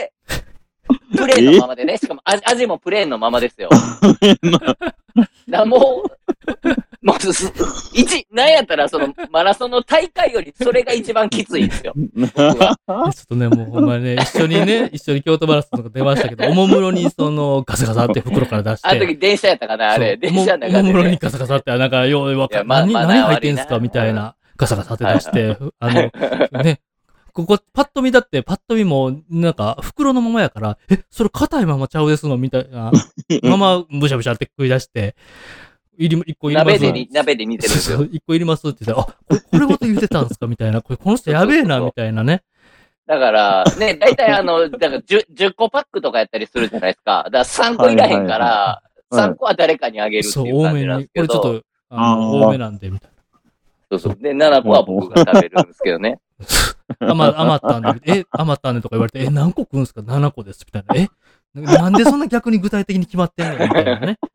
プレーンのままでね、しかも味味もプレーンのままですよ。だもう、もうす、一、なんやったらそのマラソンの大会よりそれが一番きついんですよ。僕は。 ちょっとね、もうほんまね、一緒にね、一緒に京都マラソンとか出ましたけど、おもむろにそのガサガサって袋から出して。 あの時電車やったかな、あれ。電車の中で、ね。 おもむろにガサガサって、なんかようわかんない。何、何入ってんすかみたいな。ガサガサって出して、あの、ね。ここ、パッと見だって、パッと見も、なんか、袋のままやから、え、それ硬いままちゃうですのみたいな、まま、ブシャブシャって食い出して、いり、一個いります。 鍋で、鍋で見てるんですよ。 一個いりますって言って、あ、これ、これごと言ってたんですかみたいな、これ、この人やべえな、みたいなね。 だから、ね、だいたいあの、だから 10, じゅっこパックとかやったりするじゃないですか。だからさんこいらへんから、はいはいはい、さんこは誰かにあげるっていう感じなんですけど。 そう、多めに。これちょっと、あの、多めなんで、みたいな。 そうそう。で、ななこは僕が食べるんですけどね。 余ったんで、え、余ったんでとか言われて、え、何個食うんすか ?なな 個です。みたいな。え、なんでそんな逆に具体的に決まってんのみたいなね。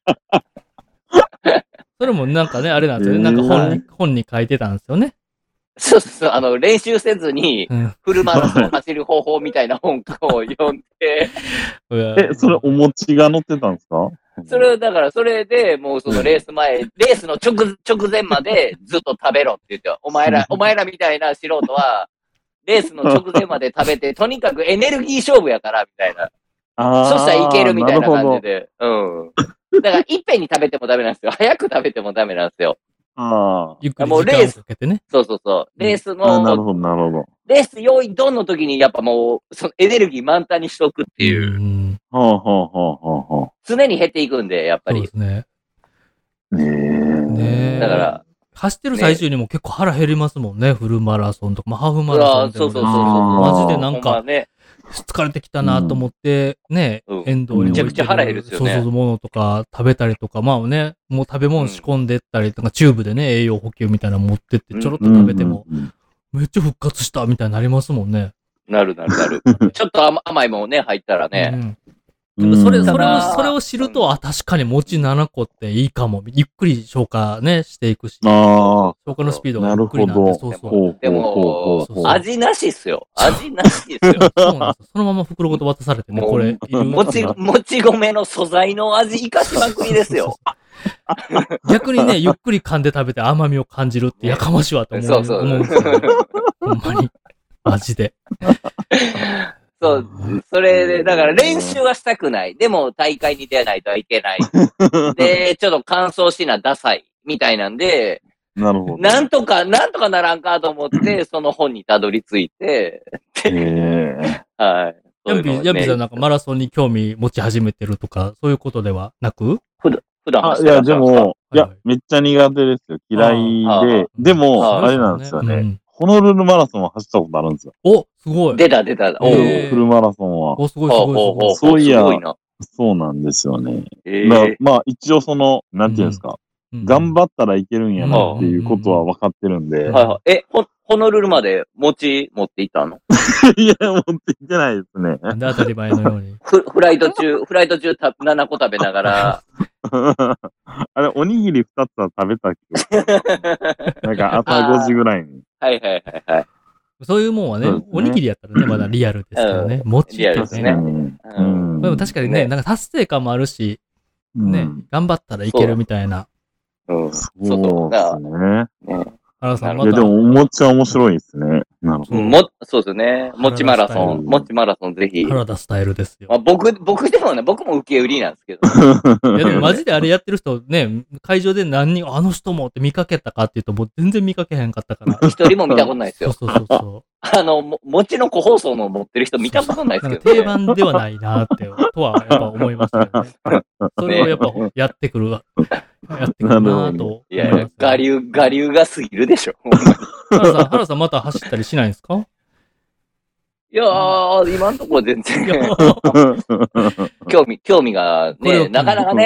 それもなんかね、あれなんですよね。なんか本に、本に書いてたんですよね。 そうそう、あの、練習せずに、フルマラソン走る方法みたいな本を読んで。 え、それお餅が載ってたんですか？ それ、だから、それで、もうそのレース前、レースの直、直前までずっと食べろって言って、お前ら、お前らみたいな素人は、レースの直前まで食べて、とにかくエネルギー勝負やから、みたいな。そしたらいけるみたいな感じで。うん。だから、いっぺんに食べてもダメなんですよ。早く食べてもダメなんですよ。 ああ。ゆっくり時間をかけてね。 そうそうそう。レースの、 なるほど、なるほど。 レース用意ドンの時に、やっぱもう、そのエネルギー満タンにしとくっていう。 うんはあ、はあ、はあ、はあ。 常に減っていくんで、やっぱり。 そうですね。 ねえ。 ねえ。 だから、 走ってる最中にも結構腹減りますもんね。フルマラソンとか、まあ、ハーフマラソンでも。 そうそうそうそう。 マジでなんか、疲れてきたなと思って、ね、沿道にめちゃくちゃ腹減るですよね。 そうそう、ものとか食べたりとか、まあね、もう食べ物仕込んでったりとか、チューブでね、栄養補給みたいなの持ってって、ちょろっと食べても、めっちゃ復活したみたいになりますもんね。 なるなるなる。ちょっと甘いもんね、入ったらね。 それ、それを、それを知ると、あ、確かに餅ななこっていいかも。ゆっくり消化ね、していくし。 ああ。 消化のスピードがゆっくりなんで、そうそう。 でも、味なしっすよ。味なしっすよ。 そうなんですよ。そのまま袋ごと渡されてね、これ。 もち、もち米の素材の味生かしまくりですよ。 逆にね、ゆっくり噛んで食べて甘みを感じるってやかましいわと思う。そうそう。思うんですよ。ほんまに。マジで。 そう、それで、だから練習はしたくない。でも大会に出ないといけない。で、ちょっと乾燥しなダサい。みたいなんで、 なるほど。 なんとか、なんとかならんかと思って、その本にたどり着いて、 へはい。 ヤンピー、ヤンピーさんなんかマラソンに興味持ち始めてるとか、そういうことではなく普段、普段あ、いや、でも、いや、めっちゃ苦手ですよ。嫌いで。でも、あれなんですよね。ホノルルマラソンは走ったことあるんですよ。 お、すごい。 出た出た。 おフルマラソンは。 お、すごいすごいすごい。 そういや、そうなんですよね。まあ、一応その、なんていうんですか。頑張ったらいけるんやなっていうことは分かってるんで。 はいはい。え、ホノルルまで餅持っていったのいや、持っていってないですね。 なんで当たり前のように。 フフライト中、フライト中たななこ食べながら。 あれ、おにぎりふたつは食べたっけなんか朝ごじぐらいに。 はいはいはいはい。 そういうもんはね、おにぎりやったらね、まだリアルですけどね。餅ってね。 リアルですね。 でも確かにね、なんか達成感もあるし、ね、頑張ったらいけるみたいな。 うん、 そうですね。 原さん、 いや、でも、お餅は面白いですね。なるほど。 も、そうですね。餅マラソン。餅マラソンぜひ。 原田スタイルですよ。 まあ、僕、僕でもね、僕も受け売りなんですけど。 いや、でもマジであれやってる人ね、会場で何人、あの人もって見かけたかっていうと、もう全然見かけへんかったから。 一人も見たことないですよ。 そうそうそうそう。 あの、も、餅の個包装の持ってる人見たことないですけど、 ね。定番ではないなって、とはやっぱ思いましたけどね。それをやっぱやってくる。やってくるなと。 いやいや、我流、我流が過ぎるでしょ。 原さん、原さんまた走ったりしないんですか？ いやー、今んところ全然。興味、興味がね、なかなかね、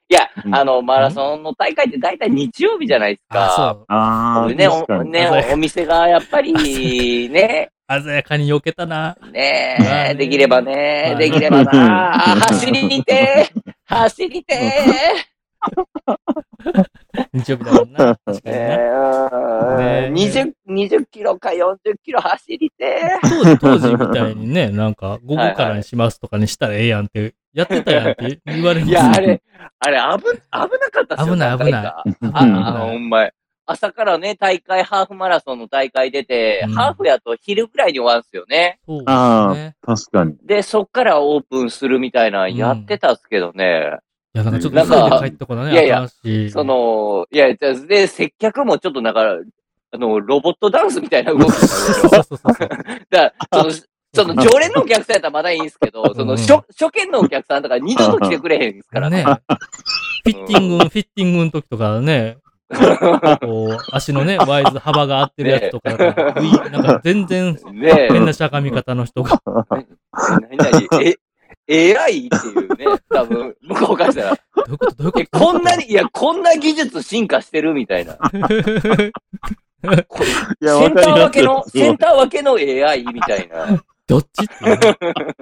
いや、あの、マラソンの大会って大体日曜日じゃないですか。 ああ、 ね、お、ね、お店がやっぱり、ね。 鮮やかに避けたな。 ねえ、できればね、できればな。走りてー走りてー日曜日だもんな。確かにな。 にじゅう、にじゅっキロかよんじゅっキロ走りてー。当時みたいにね、なんか午後からにしますとかにしたらええやんって、やってたやんって言われます。 いや、あれ、あれ、危、危なかったっすよ。 危ない、危ない。 あ、あの、ほんま朝からね、大会、ハーフマラソンの大会出て、うん、ハーフやと昼ぐらいに終わるんですよね。 そうですね。 ああ、確かに。 で、そっからオープンするみたいなやってたんですけどね。 いや、なんかちょっと急いで帰ったことね、 いやいや、その、いや、で、接客もちょっとなんか、あの、ロボットダンスみたいな動きになるでしょ。そうそうそう。だから、その、その常連のお客さんやったらまだいいんですけど、その初、初見のお客さんとか二度と来てくれへんですからね。 フィッティング、フィッティングの時とかね、こう、足のね、ワイズ幅が合ってるやつとか、ね、なんか全然、変なしゃがみ方の人が。 何々、え、エーアイ っていうね、多分、向こうからしたら。 どういうことどういうことこんなに、いや、こんな技術進化してるみたいな。 いや、 センター分けの、センター分けの エーアイ みたいな。 どっちっていう、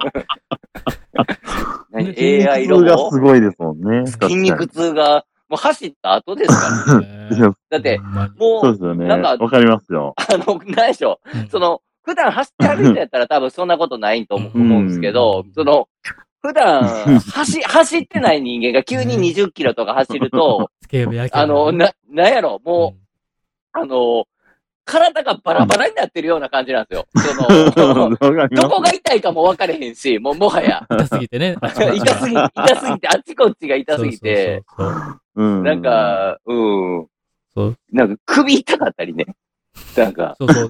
ね。エーアイ ロボがすごいですもんね。 筋肉痛が、もう走った後ですからね。だって、もう、 そうですよね。なんか、わかりますよ。 あの、何でしょう。その、普段走って歩いてやったら多分そんなことないと思うんですけど、その、普段、走、走ってない人間が急ににじゅっキロとか走ると、あの、な、なんやろ、もう、あの、体がバラバラになってるような感じなんですよ。その、どこが痛いかも分かれへんし、もうもはや。 痛すぎてね。 痛すぎ、痛すぎて、あっちこっちが痛すぎて、なんか、うん。なんか首痛かったりね。なんか。 そうそう。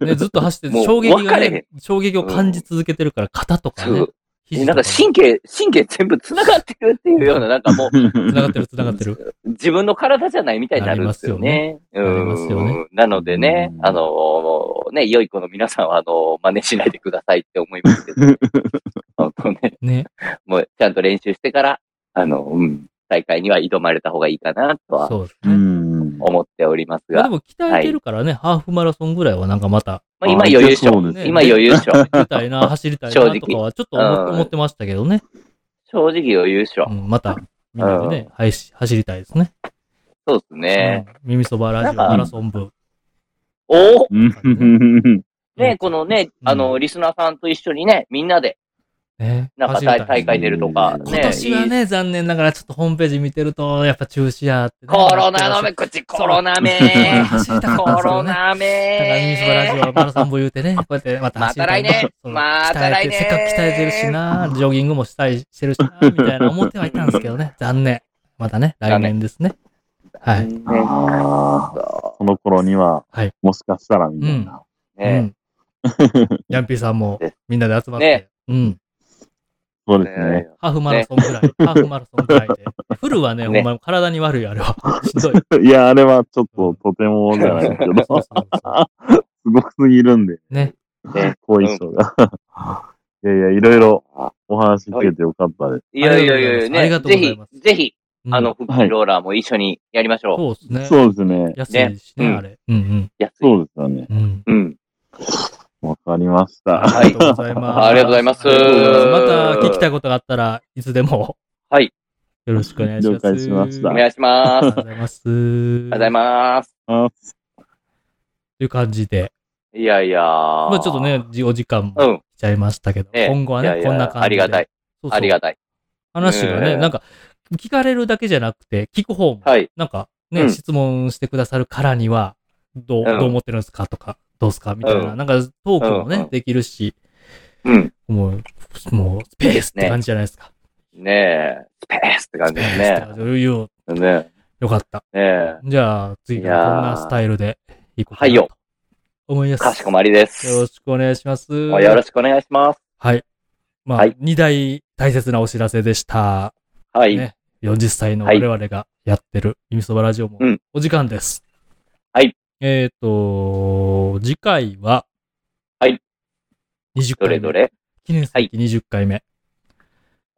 ね、ずっと走って衝撃が、ね、衝撃を感じ続けてるから肩とかね。 なんか神経、神経全部繋がってるっていうような、なんかもう。 繋がってる、繋がってる。 自分の体じゃないみたいになるんですよね。 なりますよね。 なのでね、あの、ね、良い子の皆さんは、あの、真似しないでくださいって思いますけど。本当ね。 ね。 もうちゃんと練習してから、あの、うん、大会には挑まれた方がいいかなとは。 そうですね。 思っておりますが。 でも鍛えてるからね、ハーフマラソンぐらいはなんかまた。 まあ今余裕でしょ。今余裕でしょ。 走りたいな、走りたいなとかはちょっと思ってましたけどね。 正直余裕でしょ。 また、みんなでね、走りたいですね。 そうですね。 耳そばラジオマラソン部。 おね、このね、あの、リスナーさんと一緒にね、みんなで、 ね、 なんか大会出るとか、ね。 今年はね、残念ながらちょっとホームページ見てると、やっぱ中止やって、 ね。コロナのめ、口コロナめ走りたかったんですよね。コロナめだからミニスバラジオマラソン部言うてね、こうやってまた走りたい。 また来年また来年せっかく鍛えてるしな、ジョギングもしたい、してるしな、みたいな思ってはいたんですけどね。残念。またね、来年ですね。はい。 その頃には、はい、もしかしたらみたいな。 ねヤンピーさんもみんなで集まって。うん。 そうですね。 ハーフマラソンぐらい。ハーフマラソンぐらいで。フルはね、ほんま体に悪い、あれは。しんどい。 いや、あれはちょっととてもじゃないですけど。すごくすぎるんで。 ね。 後遺症が。いやいや、いろいろお話聞けてよかったです。 いやいやいや、ね。ぜひ、ぜひ、あの、腹筋ローラーも一緒にやりましょう。 そうですね。 そうですね。 安いしね、あれ。うんうん。 安い。 そうですよね。 うん。 わかりました。 ありがとうございます。 ありがとうございます。また聞きたいことがあったらいつでも。 はい。 よろしくお願いします。 了解しました。 お願いします。ありがとうございます。 ありがとうございます。 という感じで。 いやいやまあちょっとね、お時間も来ちゃいましたけど、今後はね、こんな感じで。 ありがたい。ありがたい。 話がね、なんか、聞かれるだけじゃなくて、聞く方も、なんかね、質問してくださるからには、どう、どう思ってるんですかとか、どうすかみたいな、うん、なんかトークもね、うん、できるし、 うん、 もう、もう、スペースって感じじゃないですか。 ねえ、スペースって感じですね。 よねよかった。 ねえ。 じゃあ、次はこんなスタイルでいこうかなと思います。 かしこまりです。 よろしくお願いします。 よろしくお願いします。 はい。まあ、はい、に大大切なお知らせでした。 はい。 ね、よんじゅっさいの我々がやってる、耳そばラジオもお時間です。 はい。 えっと、次回は、 はい。 にじゅっかいめ。 どれどれ記念すべきにじゅっかいめ。 お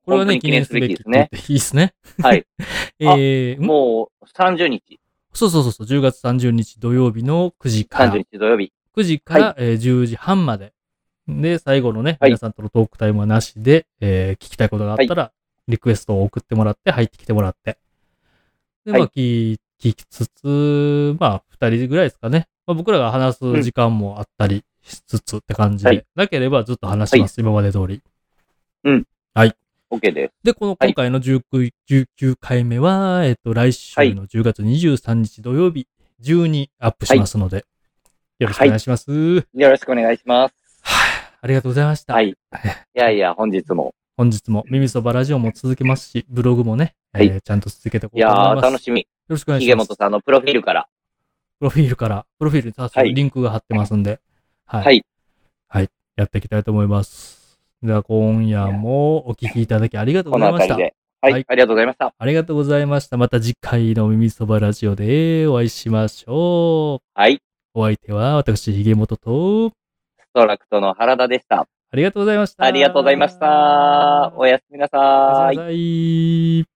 これはね、記念すべきですね。いいですね。 はい。 えー、もうさんじゅうにち。 そうそうそうそう、じゅうがつさんじゅうにち土曜日のくじから。 さんじゅうにち土曜日。 くじから、はい、えー、じゅうじはんまで。で、最後のね、はい、皆さんとのトークタイムはなしで、えー、聞きたいことがあったら、はい、リクエストを送ってもらって、入ってきてもらって。で、まあ、はい、聞きつつ、まあ、二人ぐらいですかね。まあ、僕らが話す時間もあったりしつつって感じで、はい、なければずっと話します、はい、今まで通り。 うん。 はい。 OK です。 で、この今回のじゅうきゅう、じゅうきゅうかいめは、えっと、来週のじゅうがつにじゅうさんにち土曜日中にアップしますので、はい、よろしくお願いします、 はい。よろしくお願いします。 はあ、ありがとうございました。 はい。いやいや、本日も。 本日も、耳そばラジオも続けますし、ブログもね、はい、えー、ちゃんと続けていこうと思います。いやー、 楽しみ。よろしくお願いします。 ひげもとさんのプロフィールから。 プロフィールから、プロフィールに多数リンクが貼ってますんで、はい。 はい。 はい。やっていきたいと思います。では、今夜もお聞きいただきありがとうございました。 この辺りで。はい、はい。ありがとうございました。 ありがとうございました。また次回の耳そばラジオでお会いしましょう。 はい。 お相手は、私、ひげもとと、 ストラクトの原田でした。 ありがとうございました。 ありがとうございました。おやすみなさい。 おやすみなさい。